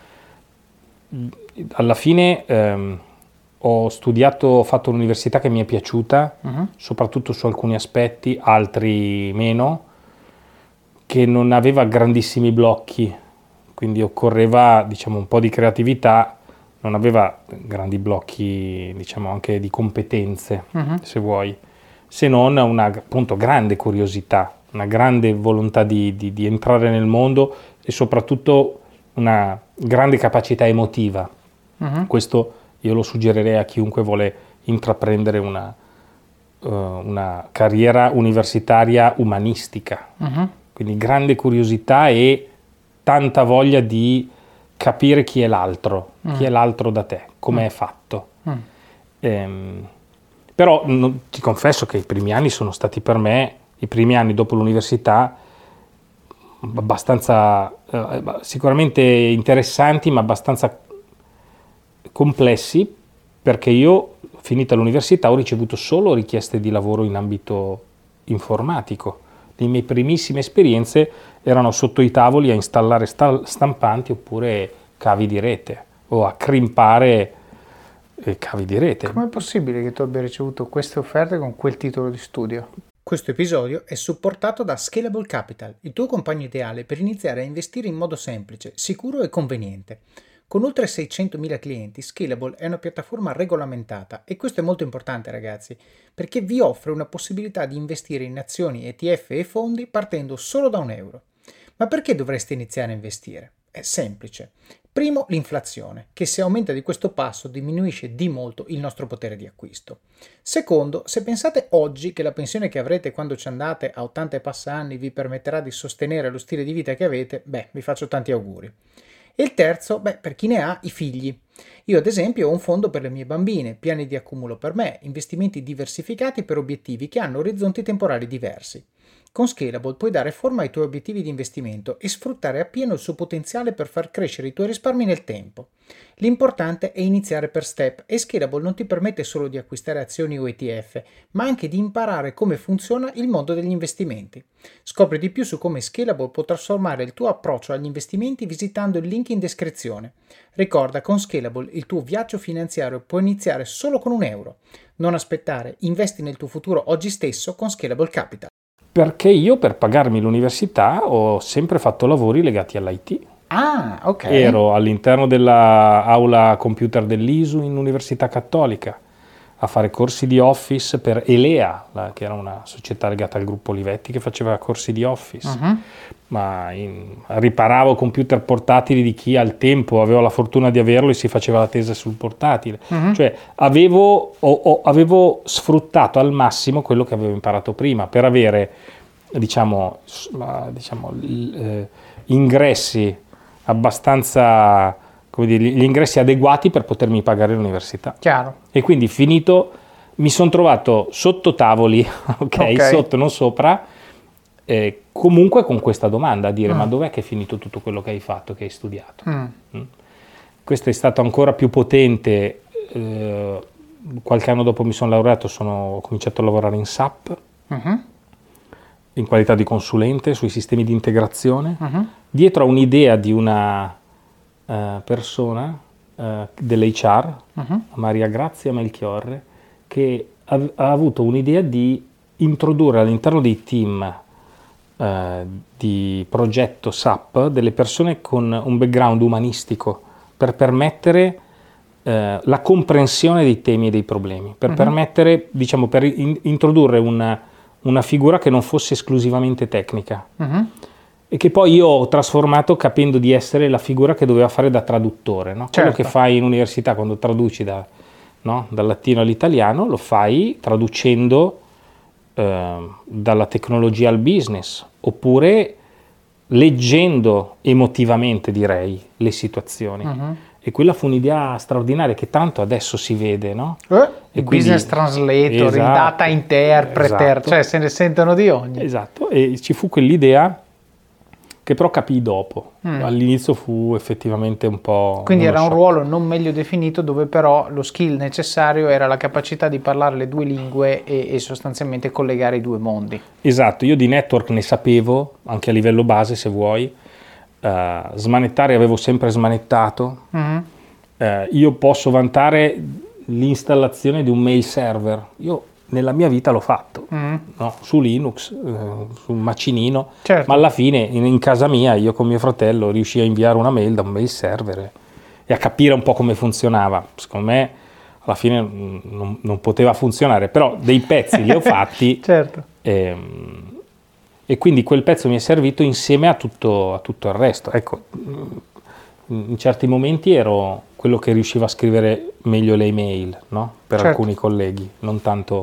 Alla fine ehm, ho studiato, ho fatto l'università che mi è piaciuta, uh-huh. soprattutto su alcuni aspetti, altri meno, che non aveva grandissimi blocchi, quindi occorreva, diciamo, un po' di creatività. Non aveva grandi blocchi, diciamo, anche di competenze, uh-huh. se vuoi, se non una, appunto, grande curiosità, una grande volontà di, di, di entrare nel mondo e soprattutto una grande capacità emotiva. Uh-huh. Questo io lo suggerirei a chiunque vuole intraprendere una, uh, una carriera universitaria umanistica, uh-huh. quindi grande curiosità e tanta voglia di capire chi è l'altro, uh-huh. chi è l'altro da te, come uh-huh. è fatto. Uh-huh. Ehm, però non, ti confesso che i primi anni sono stati per me, i primi anni dopo l'università, abbastanza eh, sicuramente interessanti, ma abbastanza complessi, perché io, finita l'università, ho ricevuto solo richieste di lavoro in ambito informatico. Le mie primissime esperienze erano sotto i tavoli a installare sta- stampanti oppure cavi di rete o a crimpare eh, cavi di rete. Com'è possibile che tu abbia ricevuto queste offerte con quel titolo di studio? Questo episodio è supportato da Scalable Capital, il tuo compagno ideale per iniziare a investire in modo semplice, sicuro e conveniente. Con oltre seicentomila clienti, Scalable è una piattaforma regolamentata e questo è molto importante, ragazzi, perché vi offre una possibilità di investire in azioni, E T F e fondi partendo solo da un euro. Ma perché dovreste iniziare a investire? È semplice. Primo, l'inflazione, che se aumenta di questo passo diminuisce di molto il nostro potere di acquisto. Secondo, se pensate oggi che la pensione che avrete quando ci andate a ottanta e passa anni vi permetterà di sostenere lo stile di vita che avete, beh, vi faccio tanti auguri. E il terzo, beh, per chi ne ha, i figli. Io ad esempio ho un fondo per le mie bambine, piani di accumulo per me, investimenti diversificati per obiettivi che hanno orizzonti temporali diversi. Con Scalable puoi dare forma ai tuoi obiettivi di investimento e sfruttare appieno il suo potenziale per far crescere i tuoi risparmi nel tempo. L'importante è iniziare per step e Scalable non ti permette solo di acquistare azioni o E T F, ma anche di imparare come funziona il mondo degli investimenti. Scopri di più su come Scalable può trasformare il tuo approccio agli investimenti visitando il link in descrizione. Ricorda, con Scalable il tuo viaggio finanziario può iniziare solo con un euro. Non aspettare, investi nel tuo futuro oggi stesso con Scalable Capital. Perché io per pagarmi l'università ho sempre fatto lavori legati all'I T. Ah, ok. Ero all'interno dell'aula computer dell'I S U in Università Cattolica a fare corsi di Office per Elea, la, che era una società legata al gruppo Olivetti che faceva corsi di Office. Uh-huh. Ma in, riparavo computer portatili di chi al tempo aveva la fortuna di averlo e si faceva la tesi sul portatile. Uh-huh. Cioè avevo, o, o, avevo sfruttato al massimo quello che avevo imparato prima per avere, diciamo, diciamo eh, ingressi abbastanza, come dire, gli ingressi adeguati per potermi pagare l'università. Chiaro. E quindi finito, mi sono trovato sotto tavoli, okay, ok, sotto, non sopra, eh, comunque con questa domanda, a dire mm. ma dov'è che è finito tutto quello che hai fatto, che hai studiato? Mm. Mm. Questo è stato ancora più potente, eh, qualche anno dopo mi sono laureato, sono, ho cominciato a lavorare in S A P, mm-hmm. in qualità di consulente sui sistemi di integrazione, mm-hmm. dietro a un'idea di una uh, persona uh, dell'H R, uh-huh. Maria Grazia Melchiorre, che ha, ha avuto un'idea di introdurre all'interno dei team uh, di progetto S A P delle persone con un background umanistico per permettere uh, la comprensione dei temi e dei problemi, per uh-huh. permettere, diciamo, per in, introdurre una, una figura che non fosse esclusivamente tecnica. Uh-huh. E che poi io ho trasformato capendo di essere la figura che doveva fare da traduttore, no? Certo. Quello che fai in università quando traduci da, no? dal latino all'italiano, lo fai traducendo eh, dalla tecnologia al business, oppure leggendo emotivamente, direi, le situazioni. Uh-huh. E quella fu un'idea straordinaria che tanto adesso si vede, no? Eh, e il quindi, business translator, esatto, il data interpreter, esatto. Cioè se ne sentono di ogni. Esatto, e ci fu quell'idea che però capii dopo. Mm. All'inizio fu effettivamente un po'... Quindi era un shock. Ruolo non meglio definito, dove però lo skill necessario era la capacità di parlare le due lingue e, e sostanzialmente collegare i due mondi. Esatto, io di network ne sapevo, anche a livello base se vuoi, uh, smanettare avevo sempre smanettato, mm-hmm. uh, io posso vantare l'installazione di un mail server, io nella mia vita l'ho fatto, mm. no? Su Linux, eh, su un macinino, certo. Ma alla fine in, in casa mia io con mio fratello riuscii a inviare una mail da un mail server e, e a capire un po' come funzionava. Secondo me alla fine non, non poteva funzionare, però dei pezzi li ho fatti. Certo. e, e quindi quel pezzo mi è servito insieme a tutto, a tutto il resto. Ecco, in certi momenti ero quello che riusciva a scrivere meglio le email, no? Per certo. alcuni colleghi, non tanto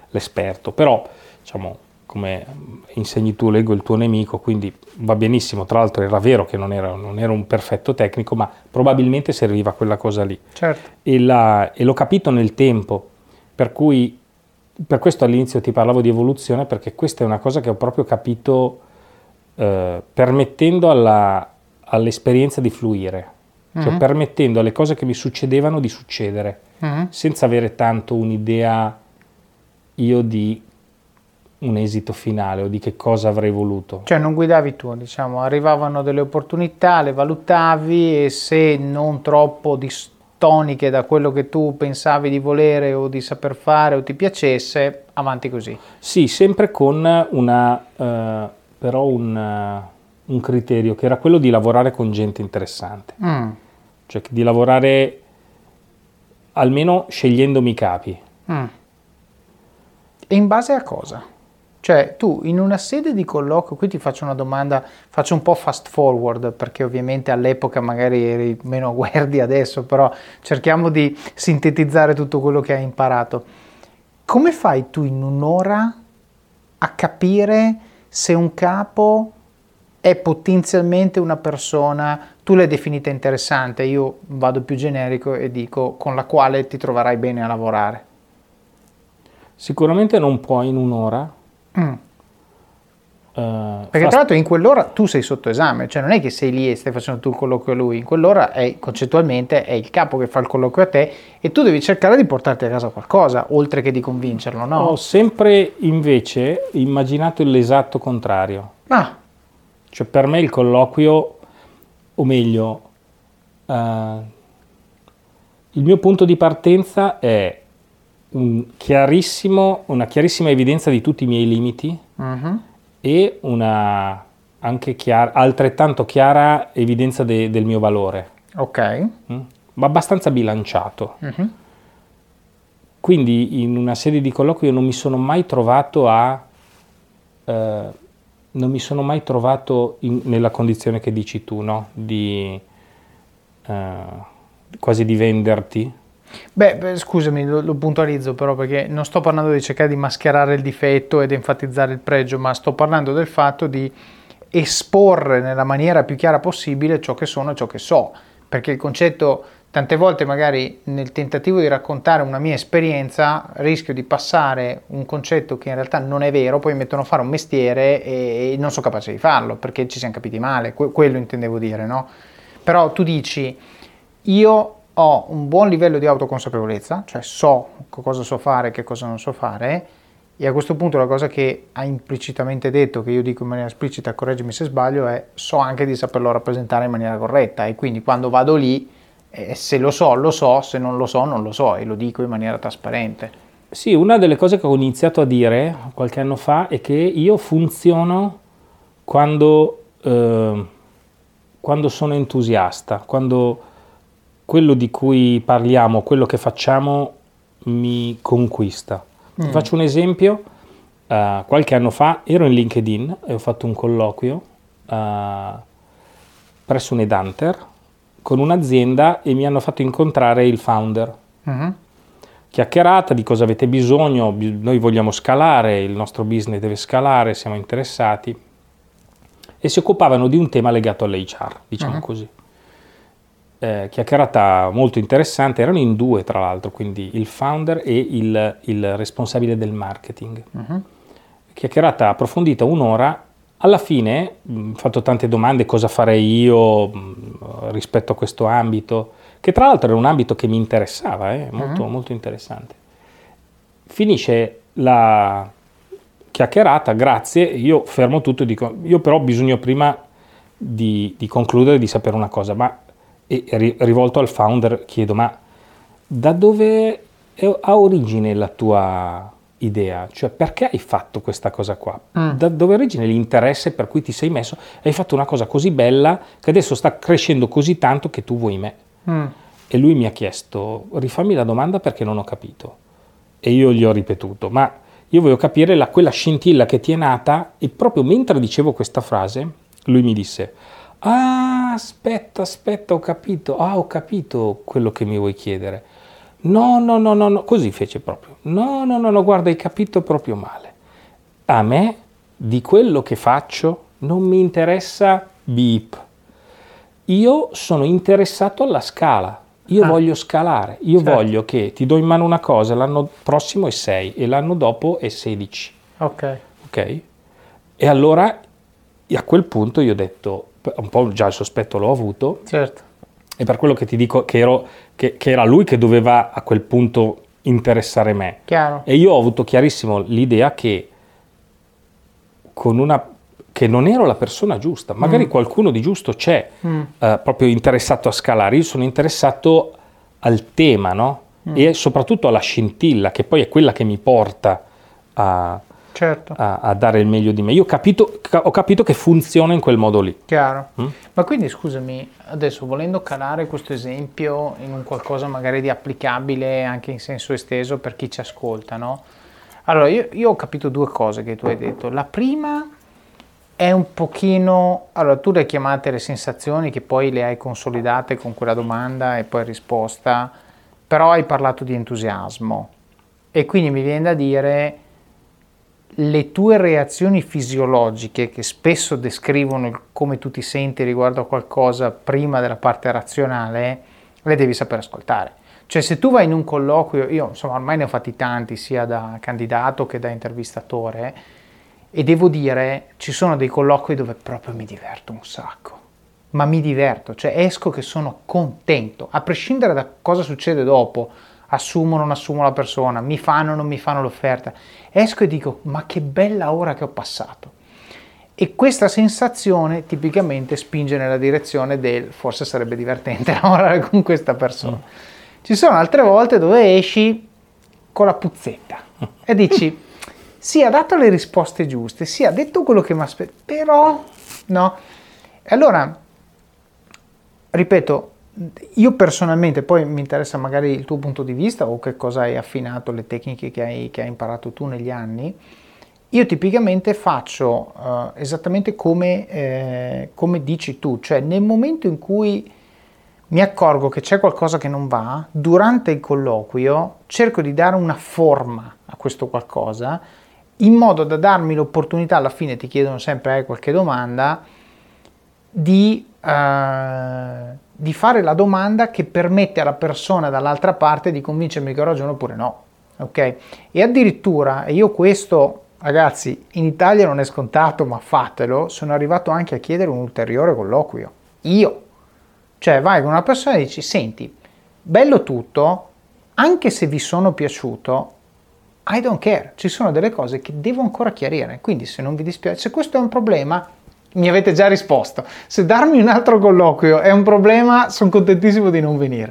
l'esperto, però diciamo, come insegni tu, leggo il tuo nemico, quindi va benissimo. Tra l'altro era vero che non era, non era un perfetto tecnico, ma probabilmente serviva quella cosa lì. Certo. E, la, e l'ho capito nel tempo, per cui per questo all'inizio ti parlavo di evoluzione, perché questa è una cosa che ho proprio capito eh, permettendo alla, all'esperienza di fluire, mm-hmm. cioè permettendo alle cose che mi succedevano di succedere, mm-hmm. senza avere tanto un'idea io di un esito finale o di che cosa avrei voluto. Cioè non guidavi tu, diciamo, arrivavano delle opportunità, le valutavi e se non troppo distoniche da quello che tu pensavi di volere o di saper fare o ti piacesse, avanti così. Sì, sempre con una, uh, però un, uh, un criterio che era quello di lavorare con gente interessante, mm. cioè di lavorare almeno scegliendomi i capi. Mm. E in base a cosa? Cioè tu in una sede di colloquio, qui ti faccio una domanda, faccio un po' fast forward perché ovviamente all'epoca magari eri meno guardi adesso, però cerchiamo di sintetizzare tutto quello che hai imparato. Come fai tu in un'ora a capire se un capo è potenzialmente una persona, tu l'hai definita interessante, io vado più generico e dico con la quale ti troverai bene a lavorare? Sicuramente non puoi in un'ora. Mm. Uh, perché fast... tra l'altro in quell'ora tu sei sotto esame, cioè non è che sei lì e stai facendo tu il colloquio a lui, in quell'ora è, concettualmente è il capo che fa il colloquio a te e tu devi cercare di portarti a casa qualcosa oltre che di convincerlo, no? Ho sempre invece immaginato l'esatto contrario. Ah. Cioè per me il colloquio, o meglio uh, il mio punto di partenza è un chiarissimo, una chiarissima evidenza di tutti i miei limiti, uh-huh. e una anche chiara, altrettanto chiara evidenza de, del mio valore. Ok. Mm? Ma abbastanza bilanciato. Uh-huh. Quindi in una serie di colloqui io non mi sono mai trovato a eh, non mi sono mai trovato in, nella condizione che dici tu, no? Di eh, quasi di venderti. Beh, beh, scusami, lo, lo puntualizzo però perché non sto parlando di cercare di mascherare il difetto ed enfatizzare il pregio, ma sto parlando del fatto di esporre nella maniera più chiara possibile ciò che sono e ciò che so, perché il concetto, tante volte magari nel tentativo di raccontare una mia esperienza rischio di passare un concetto che in realtà non è vero, poi mi mettono a fare un mestiere e, e non sono capace di farlo perché ci siamo capiti male, que- quello intendevo dire, no? Però tu dici, io ho un buon livello di autoconsapevolezza, cioè so cosa so fare e che cosa non so fare, e a questo punto la cosa che ha implicitamente detto, che io dico in maniera esplicita, correggimi se sbaglio, è so anche di saperlo rappresentare in maniera corretta e quindi quando vado lì, eh, se lo so, lo so, se non lo so, non lo so e lo dico in maniera trasparente. Sì, una delle cose che ho iniziato a dire qualche anno fa è che io funziono quando, eh, quando sono entusiasta, quando quello di cui parliamo, quello che facciamo mi conquista. Mm. Ti faccio un esempio, uh, qualche anno fa ero in LinkedIn e ho fatto un colloquio uh, presso un headhunter con un'azienda e mi hanno fatto incontrare il founder. Mm-hmm. Chiacchierata di cosa avete bisogno, noi vogliamo scalare, il nostro business deve scalare, siamo interessati, e si occupavano di un tema legato all'H R, diciamo mm-hmm. così. Eh, chiacchierata molto interessante, erano in due tra l'altro, quindi il founder e il, il responsabile del marketing. Uh-huh. Chiacchierata approfondita, un'ora. Alla fine ho fatto tante domande, cosa farei io mh, rispetto a questo ambito, che tra l'altro era un ambito che mi interessava, eh, molto, uh-huh. molto interessante. Finisce la chiacchierata, grazie, io fermo tutto e dico, io però ho bisogno prima di, di concludere, di sapere una cosa, ma e rivolto al founder chiedo, ma da dove ha origine la tua idea? Cioè perché hai fatto questa cosa qua? Mm. Da dove origine l'interesse per cui ti sei messo? Hai fatto una cosa così bella che adesso sta crescendo così tanto che tu vuoi me. Mm. E lui mi ha chiesto, rifammi la domanda perché non ho capito. E io gli ho ripetuto, ma io voglio capire la, quella scintilla che ti è nata, e proprio mentre dicevo questa frase lui mi disse, ah, aspetta, aspetta, ho capito, ah, ho capito quello che mi vuoi chiedere. No, no, no, no, no, così fece proprio. No, no, no, no, guarda, hai capito proprio male. A me di quello che faccio non mi interessa beep. Io sono interessato alla scala. Io ah. voglio scalare. Io certo. voglio che ti do in mano una cosa, l'anno prossimo è sei e l'anno dopo è sedici. Ok. Ok? E allora a quel punto io ho detto, un po' già il sospetto l'ho avuto. Certo. E per quello che ti dico che, ero, che, che era lui che doveva a quel punto interessare me. Chiaro. E io ho avuto chiarissimo l'idea che con una che non ero la persona giusta, magari mm. qualcuno di giusto c'è, mm. eh, proprio interessato a scalare. Io sono interessato al tema, no? Mm. E soprattutto alla scintilla, che poi è quella che mi porta a, certo. a, a dare il meglio di me. Io ho capito, ho capito che funziona in quel modo lì. Chiaro. Mm? Ma quindi scusami, adesso volendo calare questo esempio in un qualcosa magari di applicabile anche in senso esteso per chi ci ascolta, no? Allora io, io ho capito due cose che tu hai detto. La prima è un pochino, allora tu le hai chiamate le sensazioni che poi le hai consolidate con quella domanda e poi risposta, però hai parlato di entusiasmo e quindi mi viene da dire le tue reazioni fisiologiche che spesso descrivono il come tu ti senti riguardo a qualcosa prima della parte razionale, le devi sapere ascoltare. Cioè se tu vai in un colloquio, io insomma ormai ne ho fatti tanti sia da candidato che da intervistatore e devo dire ci sono dei colloqui dove proprio mi diverto un sacco, ma mi diverto, cioè esco che sono contento, a prescindere da cosa succede dopo, assumo o non assumo la persona, mi fanno o non mi fanno l'offerta, esco e dico ma che bella ora che ho passato. E questa sensazione tipicamente spinge nella direzione del forse sarebbe divertente lavorare con questa persona. Mm. Ci sono altre volte dove esci con la puzzetta e dici sì, ha dato le risposte giuste, sì, ha detto quello che mi aspetta, però no. E allora, ripeto, io personalmente, poi mi interessa magari il tuo punto di vista o che cosa hai affinato, le tecniche che hai, che hai imparato tu negli anni. Io tipicamente faccio uh, esattamente come, eh, come dici tu, cioè nel momento in cui mi accorgo che c'è qualcosa che non va, durante il colloquio cerco di dare una forma a questo qualcosa, in modo da darmi l'opportunità, alla fine ti chiedono sempre eh, qualche domanda, di, uh, di fare la domanda che permette alla persona dall'altra parte di convincermi che ho ragione oppure no. Ok? E addirittura, e io questo... Ragazzi, in Italia non è scontato, ma fatelo, sono arrivato anche a chiedere un ulteriore colloquio. Io. Cioè vai con una persona e dici, senti, bello tutto, anche se vi sono piaciuto, I don't care, ci sono delle cose che devo ancora chiarire, quindi se non vi dispiace, se questo è un problema, mi avete già risposto. Se darmi un altro colloquio è un problema, sono contentissimo di non venire.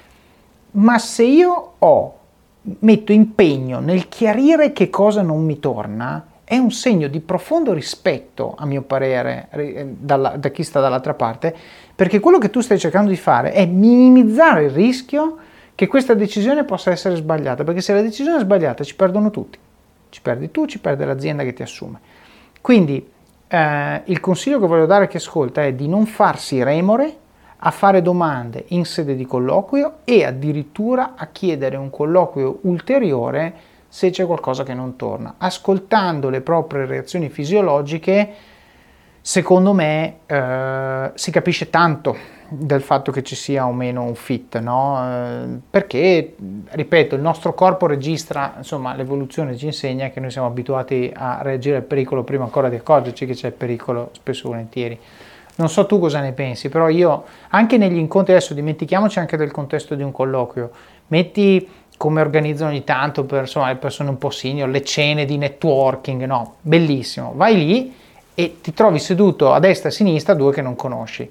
Ma se io ho metto impegno nel chiarire che cosa non mi torna, è un segno di profondo rispetto, a mio parere, dalla, da chi sta dall'altra parte, perché quello che tu stai cercando di fare è minimizzare il rischio che questa decisione possa essere sbagliata, perché se la decisione è sbagliata ci perdono tutti, ci perdi tu, ci perde l'azienda che ti assume. Quindi eh, il consiglio che voglio dare a chi ascolta è di non farsi remore a fare domande in sede di colloquio e addirittura a chiedere un colloquio ulteriore se c'è qualcosa che non torna. Ascoltando le proprie reazioni fisiologiche, secondo me eh, si capisce tanto del fatto che ci sia o meno un fit, no? Eh, perché, ripeto, il nostro corpo registra, insomma, l'evoluzione ci insegna che noi siamo abituati a reagire al pericolo prima ancora di accorgerci che c'è il pericolo, spesso e volentieri. Non so tu cosa ne pensi, però io, anche negli incontri, adesso dimentichiamoci anche del contesto di un colloquio, metti come organizzano ogni tanto per insomma, le persone un po' senior, le cene di networking, no, bellissimo, vai lì e ti trovi seduto a destra e a sinistra due che non conosci,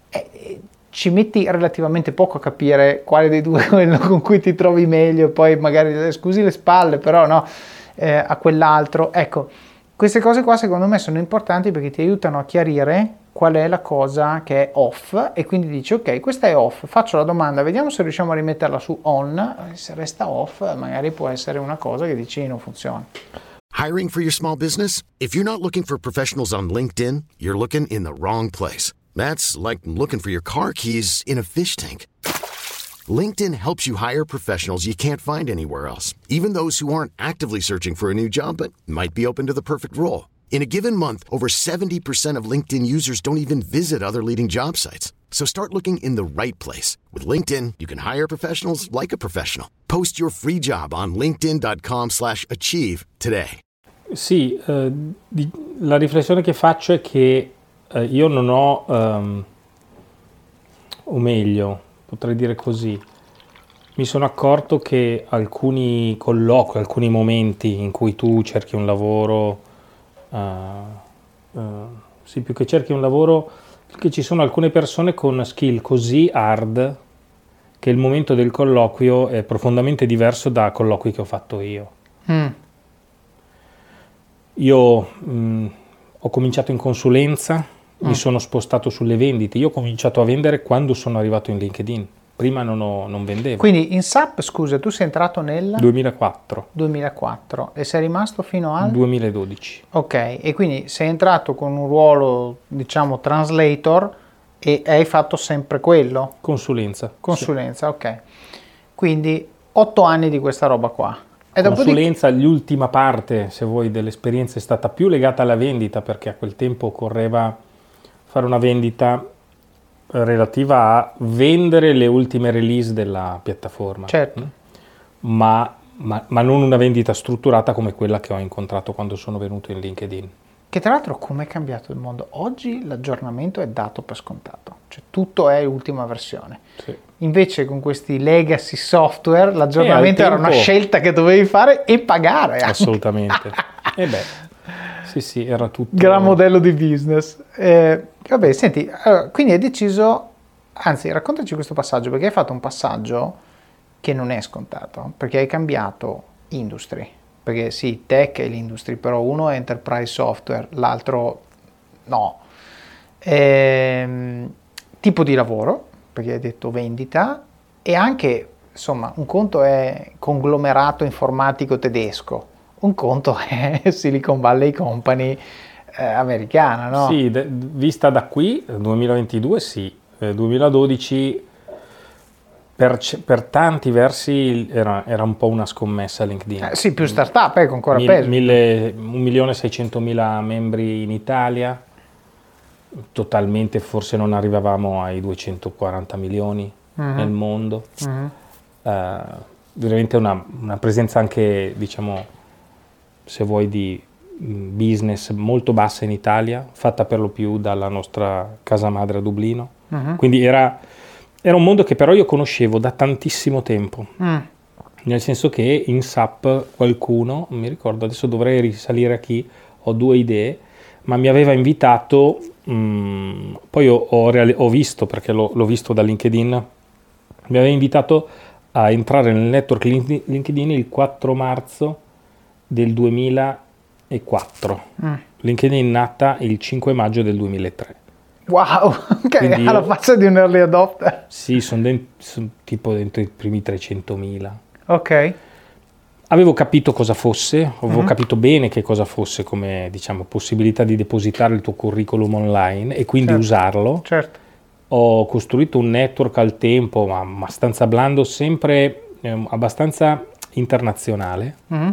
e ci metti relativamente poco a capire quale dei due è quello con cui ti trovi meglio, e poi magari scusi le spalle, però no, eh, a quell'altro, ecco, queste cose qua secondo me sono importanti perché ti aiutano a chiarire qual è la cosa che è off e quindi dici ok, questa è off, faccio la domanda, vediamo se riusciamo a rimetterla su on, se resta off magari può essere una cosa che dici non funziona. Hiring for your small business? If you're not looking for professionals on LinkedIn, you're looking in the wrong place. That's like looking for your car keys in a fish tank. LinkedIn helps you hire professionals you can't find anywhere else, even those who aren't actively searching for a new job but might be open to the perfect role. In a given month, over seventy percent of LinkedIn users don't even visit other leading job sites. So start looking in the right place. With LinkedIn, you can hire professionals like a professional. Post your free job on linkedin.com slash achieve today. Sì, eh, di, la riflessione che faccio è che eh, io non ho, um, o meglio, potrei dire così, mi sono accorto che alcuni colloqui, alcuni momenti in cui tu cerchi un lavoro, uh, uh, sì, più che cerchi un lavoro, che ci sono alcune persone con skill così hard che il momento del colloquio è profondamente diverso da colloqui che ho fatto io. Mm. Io mh, ho cominciato in consulenza, mm. mi sono spostato sulle vendite. Io ho cominciato a vendere quando sono arrivato in LinkedIn. Prima non, ho, non vendevo. Quindi in S A P, scusa, tu sei entrato nel duemilaquattro. duemilaquattro e sei rimasto fino al duemiladodici. Ok, e quindi sei entrato con un ruolo, diciamo, translator e hai fatto sempre quello? Consulenza. Consulenza, sì. Ok. Quindi otto anni di questa roba qua. E Consulenza, dopodiché... l'ultima parte, se vuoi, dell'esperienza è stata più legata alla vendita, perché a quel tempo occorreva fare una vendita relativa a vendere le ultime release della piattaforma. Certo. Ma, ma, ma non una vendita strutturata come quella che ho incontrato quando sono venuto in LinkedIn. Che tra l'altro come è cambiato il mondo? Oggi l'aggiornamento è dato per scontato, cioè tutto è ultima versione. Sì. Invece con questi legacy software l'aggiornamento eh, era tempo... una scelta che dovevi fare e pagare. Anche. Assolutamente. E beh, sì sì, era tutto... Gran modello di business. Eh, vabbè, senti, allora, quindi hai deciso, anzi raccontaci questo passaggio, perché hai fatto un passaggio che non è scontato, perché hai cambiato industry. Perché sì, tech è l'industry, però uno è enterprise software, l'altro no. Ehm, tipo di lavoro, perché hai detto vendita, e anche, insomma, un conto è conglomerato informatico tedesco, un conto è Silicon Valley Company eh, americana, no? Sì, de- vista da qui, duemilaventidue sì, eh, duemiladodici... Per, per tanti versi era, era un po' una scommessa LinkedIn. Eh, sì, più startup, ecco, ancora Mil, peso. Mille, un milione e seicentomila membri in Italia, totalmente forse non arrivavamo ai duecentoquaranta milioni uh-huh. nel mondo. Uh-huh. Uh, veramente una, una presenza anche, diciamo, se vuoi, di business molto bassa in Italia, fatta per lo più dalla nostra casa madre a Dublino. Uh-huh. Quindi era... Era un mondo che però io conoscevo da tantissimo tempo, mm. nel senso che in S A P qualcuno, non mi ricordo, adesso dovrei risalire a chi, ho due idee, ma mi aveva invitato, mh, poi ho, ho, reali- ho visto, perché l'ho, l'ho visto da LinkedIn, mi aveva invitato a entrare nel network LinkedIn il quattro marzo del duemilaquattro. Mm. LinkedIn è nata il cinque maggio del duemilatré. Wow, ok, io, alla faccia di un early adopter. Sì, sono, dent- sono tipo dentro i primi trecentomila. Ok. Avevo capito cosa fosse, avevo mm-hmm. capito bene che cosa fosse come, diciamo, possibilità di depositare il tuo curriculum online e quindi certo. usarlo. Certo. Ho costruito un network al tempo, ma abbastanza blando, sempre eh, abbastanza internazionale. Mm-hmm.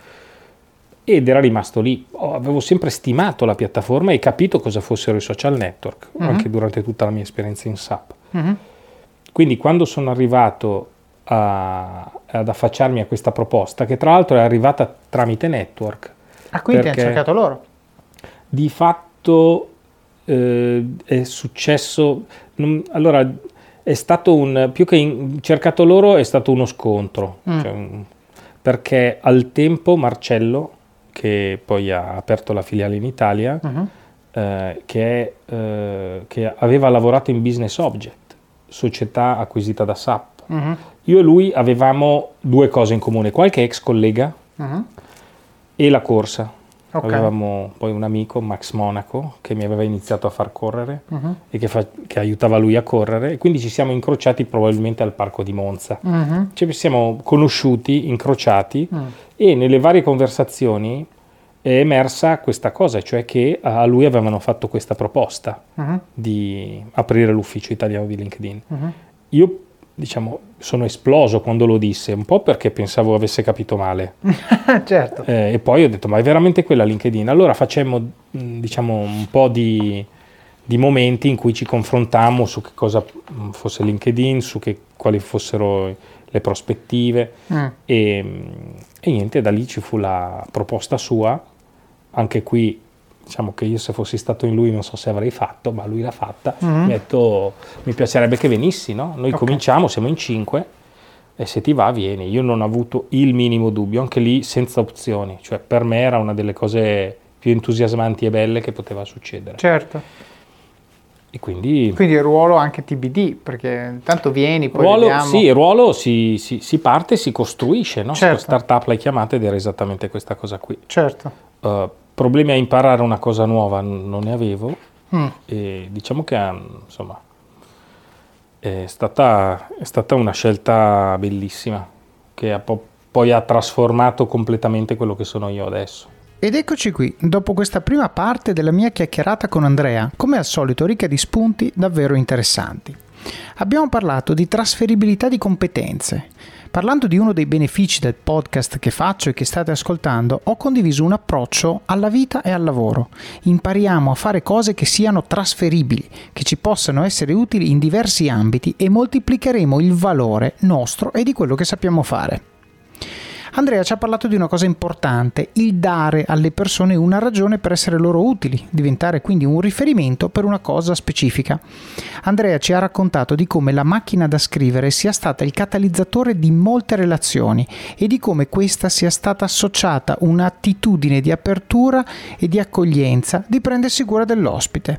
Ed era rimasto lì. Oh, avevo sempre stimato la piattaforma e capito cosa fossero i social network, uh-huh. anche durante tutta la mia esperienza in S A P. Uh-huh. Quindi quando sono arrivato a, ad affacciarmi a questa proposta, che tra l'altro è arrivata tramite network. Ah, quindi ti hanno cercato loro? Di fatto eh, è successo... Non, allora, è stato un... più che in, cercato loro, è stato uno scontro. Mm. Cioè, perché al tempo Marcello, che poi ha aperto la filiale in Italia, uh-huh. eh, che, è, eh, che aveva lavorato in Business Object, società acquisita da S A P. Uh-huh. Io e lui avevamo due cose in comune, qualche ex collega uh-huh. e la corsa. Okay. Avevamo poi un amico, Max Monaco, che mi aveva iniziato a far correre uh-huh. e che, fa, che aiutava lui a correre, e quindi ci siamo incrociati probabilmente al parco di Monza. Uh-huh. Ci siamo conosciuti, incrociati, uh-huh. e nelle varie conversazioni è emersa questa cosa, cioè che a lui avevano fatto questa proposta uh-huh. di aprire l'ufficio italiano di LinkedIn. Uh-huh. Io diciamo, sono esploso quando lo disse, un po' perché pensavo avesse capito male. Certo. Eh, e poi ho detto, ma è veramente quella LinkedIn? Allora facemmo, diciamo, un po' di, di momenti in cui ci confrontammo su che cosa fosse LinkedIn, su che, quali fossero le prospettive, mm. e, e niente, da lì ci fu la proposta sua. Anche qui, diciamo che io se fossi stato in lui non so se avrei fatto, ma lui l'ha fatta. Mm-hmm. Mi ha detto, mi piacerebbe che venissi, no? Noi okay. cominciamo, siamo in cinque, e se ti va vieni. Io non ho avuto il minimo dubbio, anche lì senza opzioni, cioè per me era una delle cose più entusiasmanti e belle che poteva succedere. Certo. E quindi... Quindi il ruolo anche T B D, perché tanto vieni, poi ruolo, vediamo... Sì, il ruolo si, si, si parte e si costruisce, no? Certo. Startup l'hai chiamata ed era esattamente questa cosa qui. Certo. Uh, problemi a imparare una cosa nuova non ne avevo, mm. e diciamo che insomma è stata, è stata una scelta bellissima che ha po- poi ha trasformato completamente quello che sono io adesso. Ed eccoci qui, dopo questa prima parte della mia chiacchierata con Andrea, come al solito ricca di spunti davvero interessanti. Abbiamo parlato di trasferibilità di competenze. Parlando di uno dei benefici del podcast che faccio e che state ascoltando, ho condiviso un approccio alla vita e al lavoro. Impariamo a fare cose che siano trasferibili, che ci possano essere utili in diversi ambiti e moltiplicheremo il valore nostro e di quello che sappiamo fare. Andrea ci ha parlato di una cosa importante, il dare alle persone una ragione per essere loro utili, diventare quindi un riferimento per una cosa specifica. Andrea ci ha raccontato di come la macchina da scrivere sia stata il catalizzatore di molte relazioni e di come questa sia stata associata a un'attitudine di apertura e di accoglienza, di prendersi cura dell'ospite.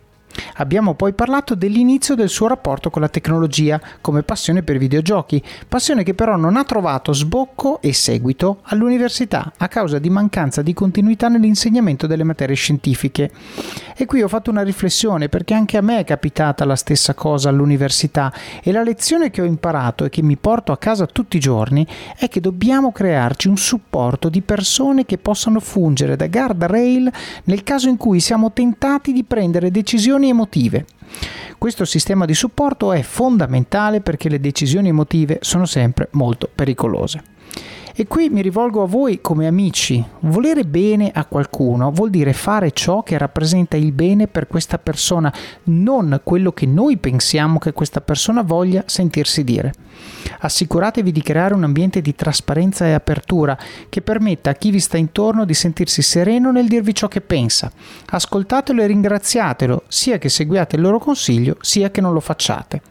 Abbiamo poi parlato dell'inizio del suo rapporto con la tecnologia come passione per i videogiochi, passione che però non ha trovato sbocco e seguito all'università a causa di mancanza di continuità nell'insegnamento delle materie scientifiche. E qui ho fatto una riflessione perché anche a me è capitata la stessa cosa all'università e la lezione che ho imparato e che mi porto a casa tutti i giorni è che dobbiamo crearci un supporto di persone che possano fungere da guardrail nel caso in cui siamo tentati di prendere decisioni emotive. Questo sistema di supporto è fondamentale perché le decisioni emotive sono sempre molto pericolose. E qui mi rivolgo a voi come amici. Volere bene a qualcuno vuol dire fare ciò che rappresenta il bene per questa persona, non quello che noi pensiamo che questa persona voglia sentirsi dire. Assicuratevi di creare un ambiente di trasparenza e apertura che permetta a chi vi sta intorno di sentirsi sereno nel dirvi ciò che pensa. Ascoltatelo e ringraziatelo, sia che seguiate il loro consiglio, sia che non lo facciate.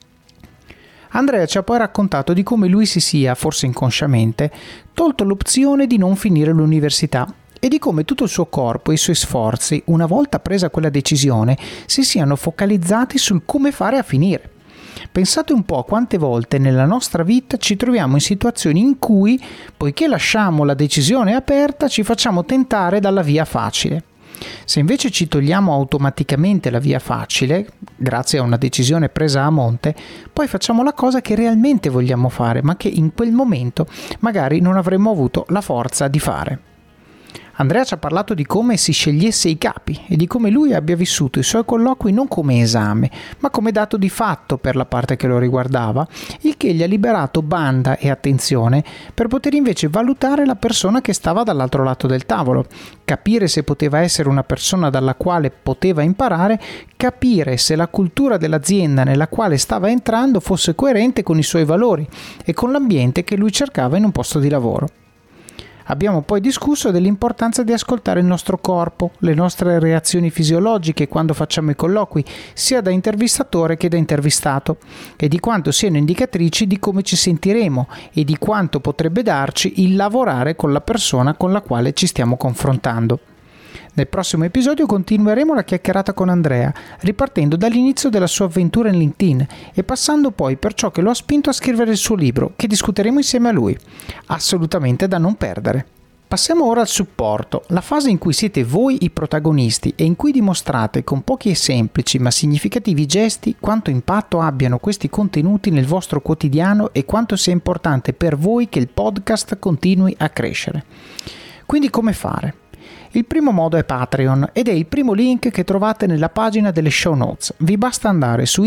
Andrea ci ha poi raccontato di come lui si sia, forse inconsciamente, tolto l'opzione di non finire l'università e di come tutto il suo corpo e i suoi sforzi, una volta presa quella decisione, si siano focalizzati sul come fare a finire. Pensate un po' a quante volte nella nostra vita ci troviamo in situazioni in cui, poiché lasciamo la decisione aperta, ci facciamo tentare dalla via facile. Se invece ci togliamo automaticamente la via facile, grazie a una decisione presa a monte, poi facciamo la cosa che realmente vogliamo fare, ma che in quel momento magari non avremmo avuto la forza di fare. Andrea ci ha parlato di come si scegliesse i capi e di come lui abbia vissuto i suoi colloqui non come esame, ma come dato di fatto per la parte che lo riguardava, il che gli ha liberato banda e attenzione per poter invece valutare la persona che stava dall'altro lato del tavolo, capire se poteva essere una persona dalla quale poteva imparare, capire se la cultura dell'azienda nella quale stava entrando fosse coerente con i suoi valori e con l'ambiente che lui cercava in un posto di lavoro. Abbiamo poi discusso dell'importanza di ascoltare il nostro corpo, le nostre reazioni fisiologiche quando facciamo i colloqui, sia da intervistatore che da intervistato, e di quanto siano indicatrici di come ci sentiremo e di quanto potrebbe darci il lavorare con la persona con la quale ci stiamo confrontando. Nel prossimo episodio continueremo la chiacchierata con Andrea, ripartendo dall'inizio della sua avventura in LinkedIn e passando poi per ciò che lo ha spinto a scrivere il suo libro, che discuteremo insieme a lui. Assolutamente da non perdere. Passiamo ora al supporto, la fase in cui siete voi i protagonisti e in cui dimostrate con pochi e semplici ma significativi gesti quanto impatto abbiano questi contenuti nel vostro quotidiano e quanto sia importante per voi che il podcast continui a crescere. Quindi come fare? Il primo modo è Patreon ed è il primo link che trovate nella pagina delle show notes. Vi basta andare su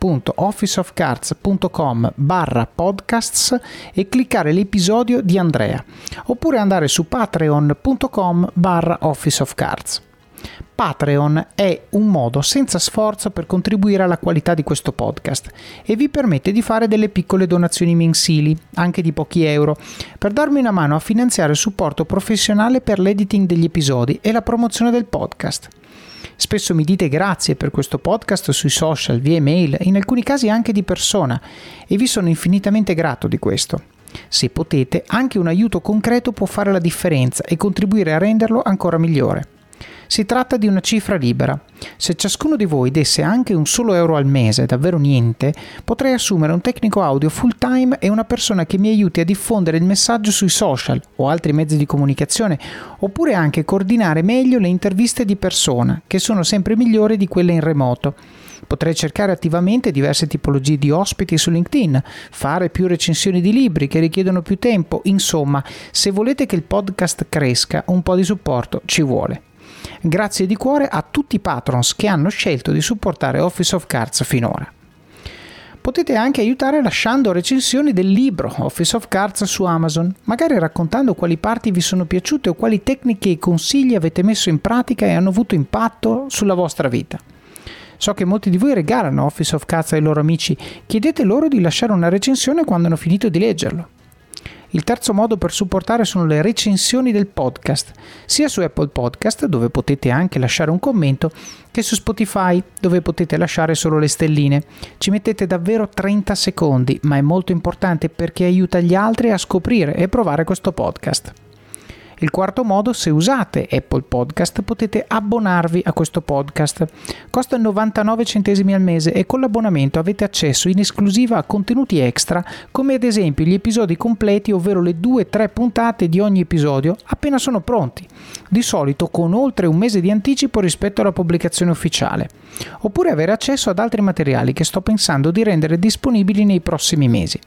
it.officeofcards.com barra podcasts e cliccare l'episodio di Andrea, oppure andare su patreon.com barra officeofcards. Patreon è un modo senza sforzo per contribuire alla qualità di questo podcast e vi permette di fare delle piccole donazioni mensili, anche di pochi euro, per darmi una mano a finanziare il supporto professionale per l'editing degli episodi e la promozione del podcast. Spesso mi dite grazie per questo podcast sui social, via email, in alcuni casi anche di persona, e vi sono infinitamente grato di questo. Se potete, anche un aiuto concreto può fare la differenza e contribuire a renderlo ancora migliore. Si tratta di una cifra libera. Se ciascuno di voi desse anche un solo euro al mese, davvero niente, potrei assumere un tecnico audio full time e una persona che mi aiuti a diffondere il messaggio sui social o altri mezzi di comunicazione, oppure anche coordinare meglio le interviste di persona, che sono sempre migliori di quelle in remoto. Potrei cercare attivamente diverse tipologie di ospiti su LinkedIn, fare più recensioni di libri che richiedono più tempo. Insomma, se volete che il podcast cresca, un po' di supporto ci vuole. Grazie di cuore a tutti i patrons che hanno scelto di supportare Office of Cards finora. Potete anche aiutare lasciando recensioni del libro Office of Cards su Amazon, magari raccontando quali parti vi sono piaciute o quali tecniche e consigli avete messo in pratica e hanno avuto impatto sulla vostra vita. So che molti di voi regalano Office of Cards ai loro amici, chiedete loro di lasciare una recensione quando hanno finito di leggerlo. Il terzo modo per supportare sono le recensioni del podcast, sia su Apple Podcast, dove potete anche lasciare un commento, che su Spotify, dove potete lasciare solo le stelline. Ci mettete davvero trenta secondi, ma è molto importante perché aiuta gli altri a scoprire e provare questo podcast. Il quarto modo, se usate Apple Podcast, potete abbonarvi a questo podcast. Costa novantanove centesimi al mese e con l'abbonamento avete accesso in esclusiva a contenuti extra, come ad esempio gli episodi completi, ovvero le due tre puntate di ogni episodio appena sono pronti, di solito con oltre un mese di anticipo rispetto alla pubblicazione ufficiale, oppure avere accesso ad altri materiali che sto pensando di rendere disponibili nei prossimi mesi.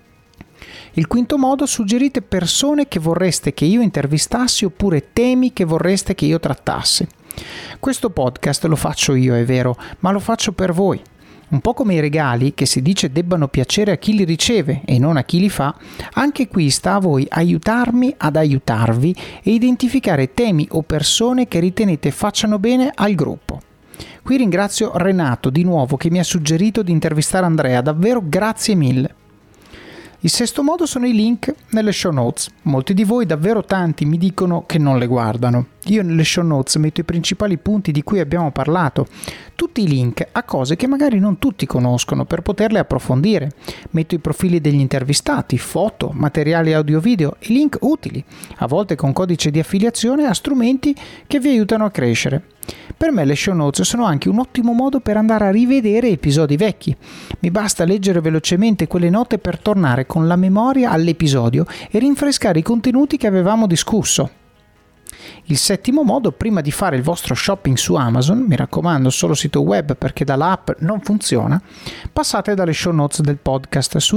Il quinto modo, suggerite persone che vorreste che io intervistassi oppure temi che vorreste che io trattassi. Questo podcast lo faccio io, è vero, ma lo faccio per voi. Un po' come i regali, che si dice debbano piacere a chi li riceve e non a chi li fa, anche qui sta a voi aiutarmi ad aiutarvi e identificare temi o persone che ritenete facciano bene al gruppo. Qui ringrazio Renato di nuovo che mi ha suggerito di intervistare Andrea, davvero grazie mille. Il sesto modo sono i link nelle show notes. Molti di voi, davvero tanti, mi dicono che non le guardano. Io nelle show notes metto i principali punti di cui abbiamo parlato, tutti i link a cose che magari non tutti conoscono per poterle approfondire. Metto i profili degli intervistati, foto, materiali audio-video e link utili, a volte con codice di affiliazione a strumenti che vi aiutano a crescere. Per me le show notes sono anche un ottimo modo per andare a rivedere episodi vecchi. Mi basta leggere velocemente quelle note per tornare con la memoria all'episodio e rinfrescare i contenuti che avevamo discusso. Il settimo modo, prima di fare il vostro shopping su Amazon, mi raccomando solo sito web perché dall'app non funziona, passate dalle show notes del podcast su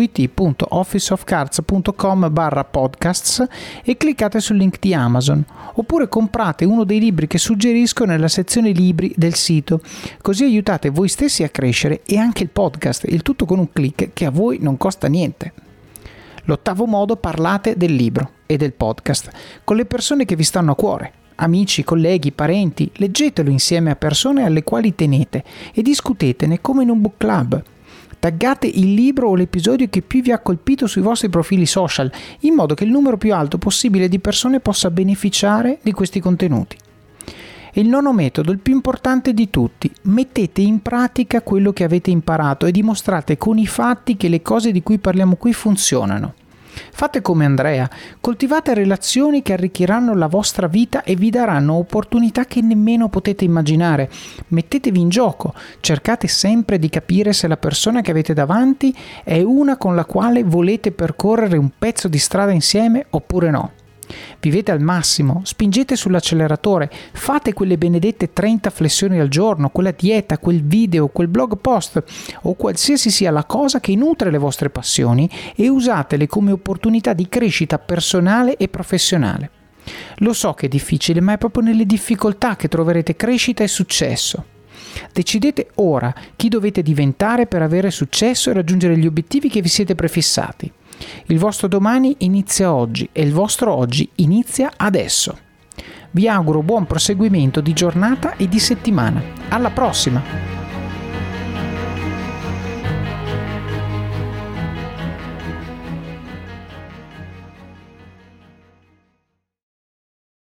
it.officeofcards.com barra podcasts e cliccate sul link di Amazon, oppure comprate uno dei libri che suggerisco nella sezione libri del sito, così aiutate voi stessi a crescere e anche il podcast, il tutto con un click che a voi non costa niente. L'ottavo modo, parlate del libro e del podcast con le persone che vi stanno a cuore, amici, colleghi, parenti, leggetelo insieme a persone alle quali tenete e discutetene come in un book club. Taggate il libro o l'episodio che più vi ha colpito sui vostri profili social, in modo che il numero più alto possibile di persone possa beneficiare di questi contenuti. E il nono metodo, il più importante di tutti, mettete in pratica quello che avete imparato e dimostrate con i fatti che le cose di cui parliamo qui funzionano. Fate come Andrea, coltivate relazioni che arricchiranno la vostra vita e vi daranno opportunità che nemmeno potete immaginare. Mettetevi in gioco, cercate sempre di capire se la persona che avete davanti è una con la quale volete percorrere un pezzo di strada insieme oppure no. Vivete al massimo, spingete sull'acceleratore, fate quelle benedette trenta flessioni al giorno, quella dieta, quel video, quel blog post o qualsiasi sia la cosa che nutre le vostre passioni e usatele come opportunità di crescita personale e professionale. Lo so che è difficile, ma è proprio nelle difficoltà che troverete crescita e successo. Decidete ora chi dovete diventare per avere successo e raggiungere gli obiettivi che vi siete prefissati. Il vostro domani inizia oggi e il vostro oggi inizia adesso. Vi auguro buon proseguimento di giornata e di settimana. Alla prossima!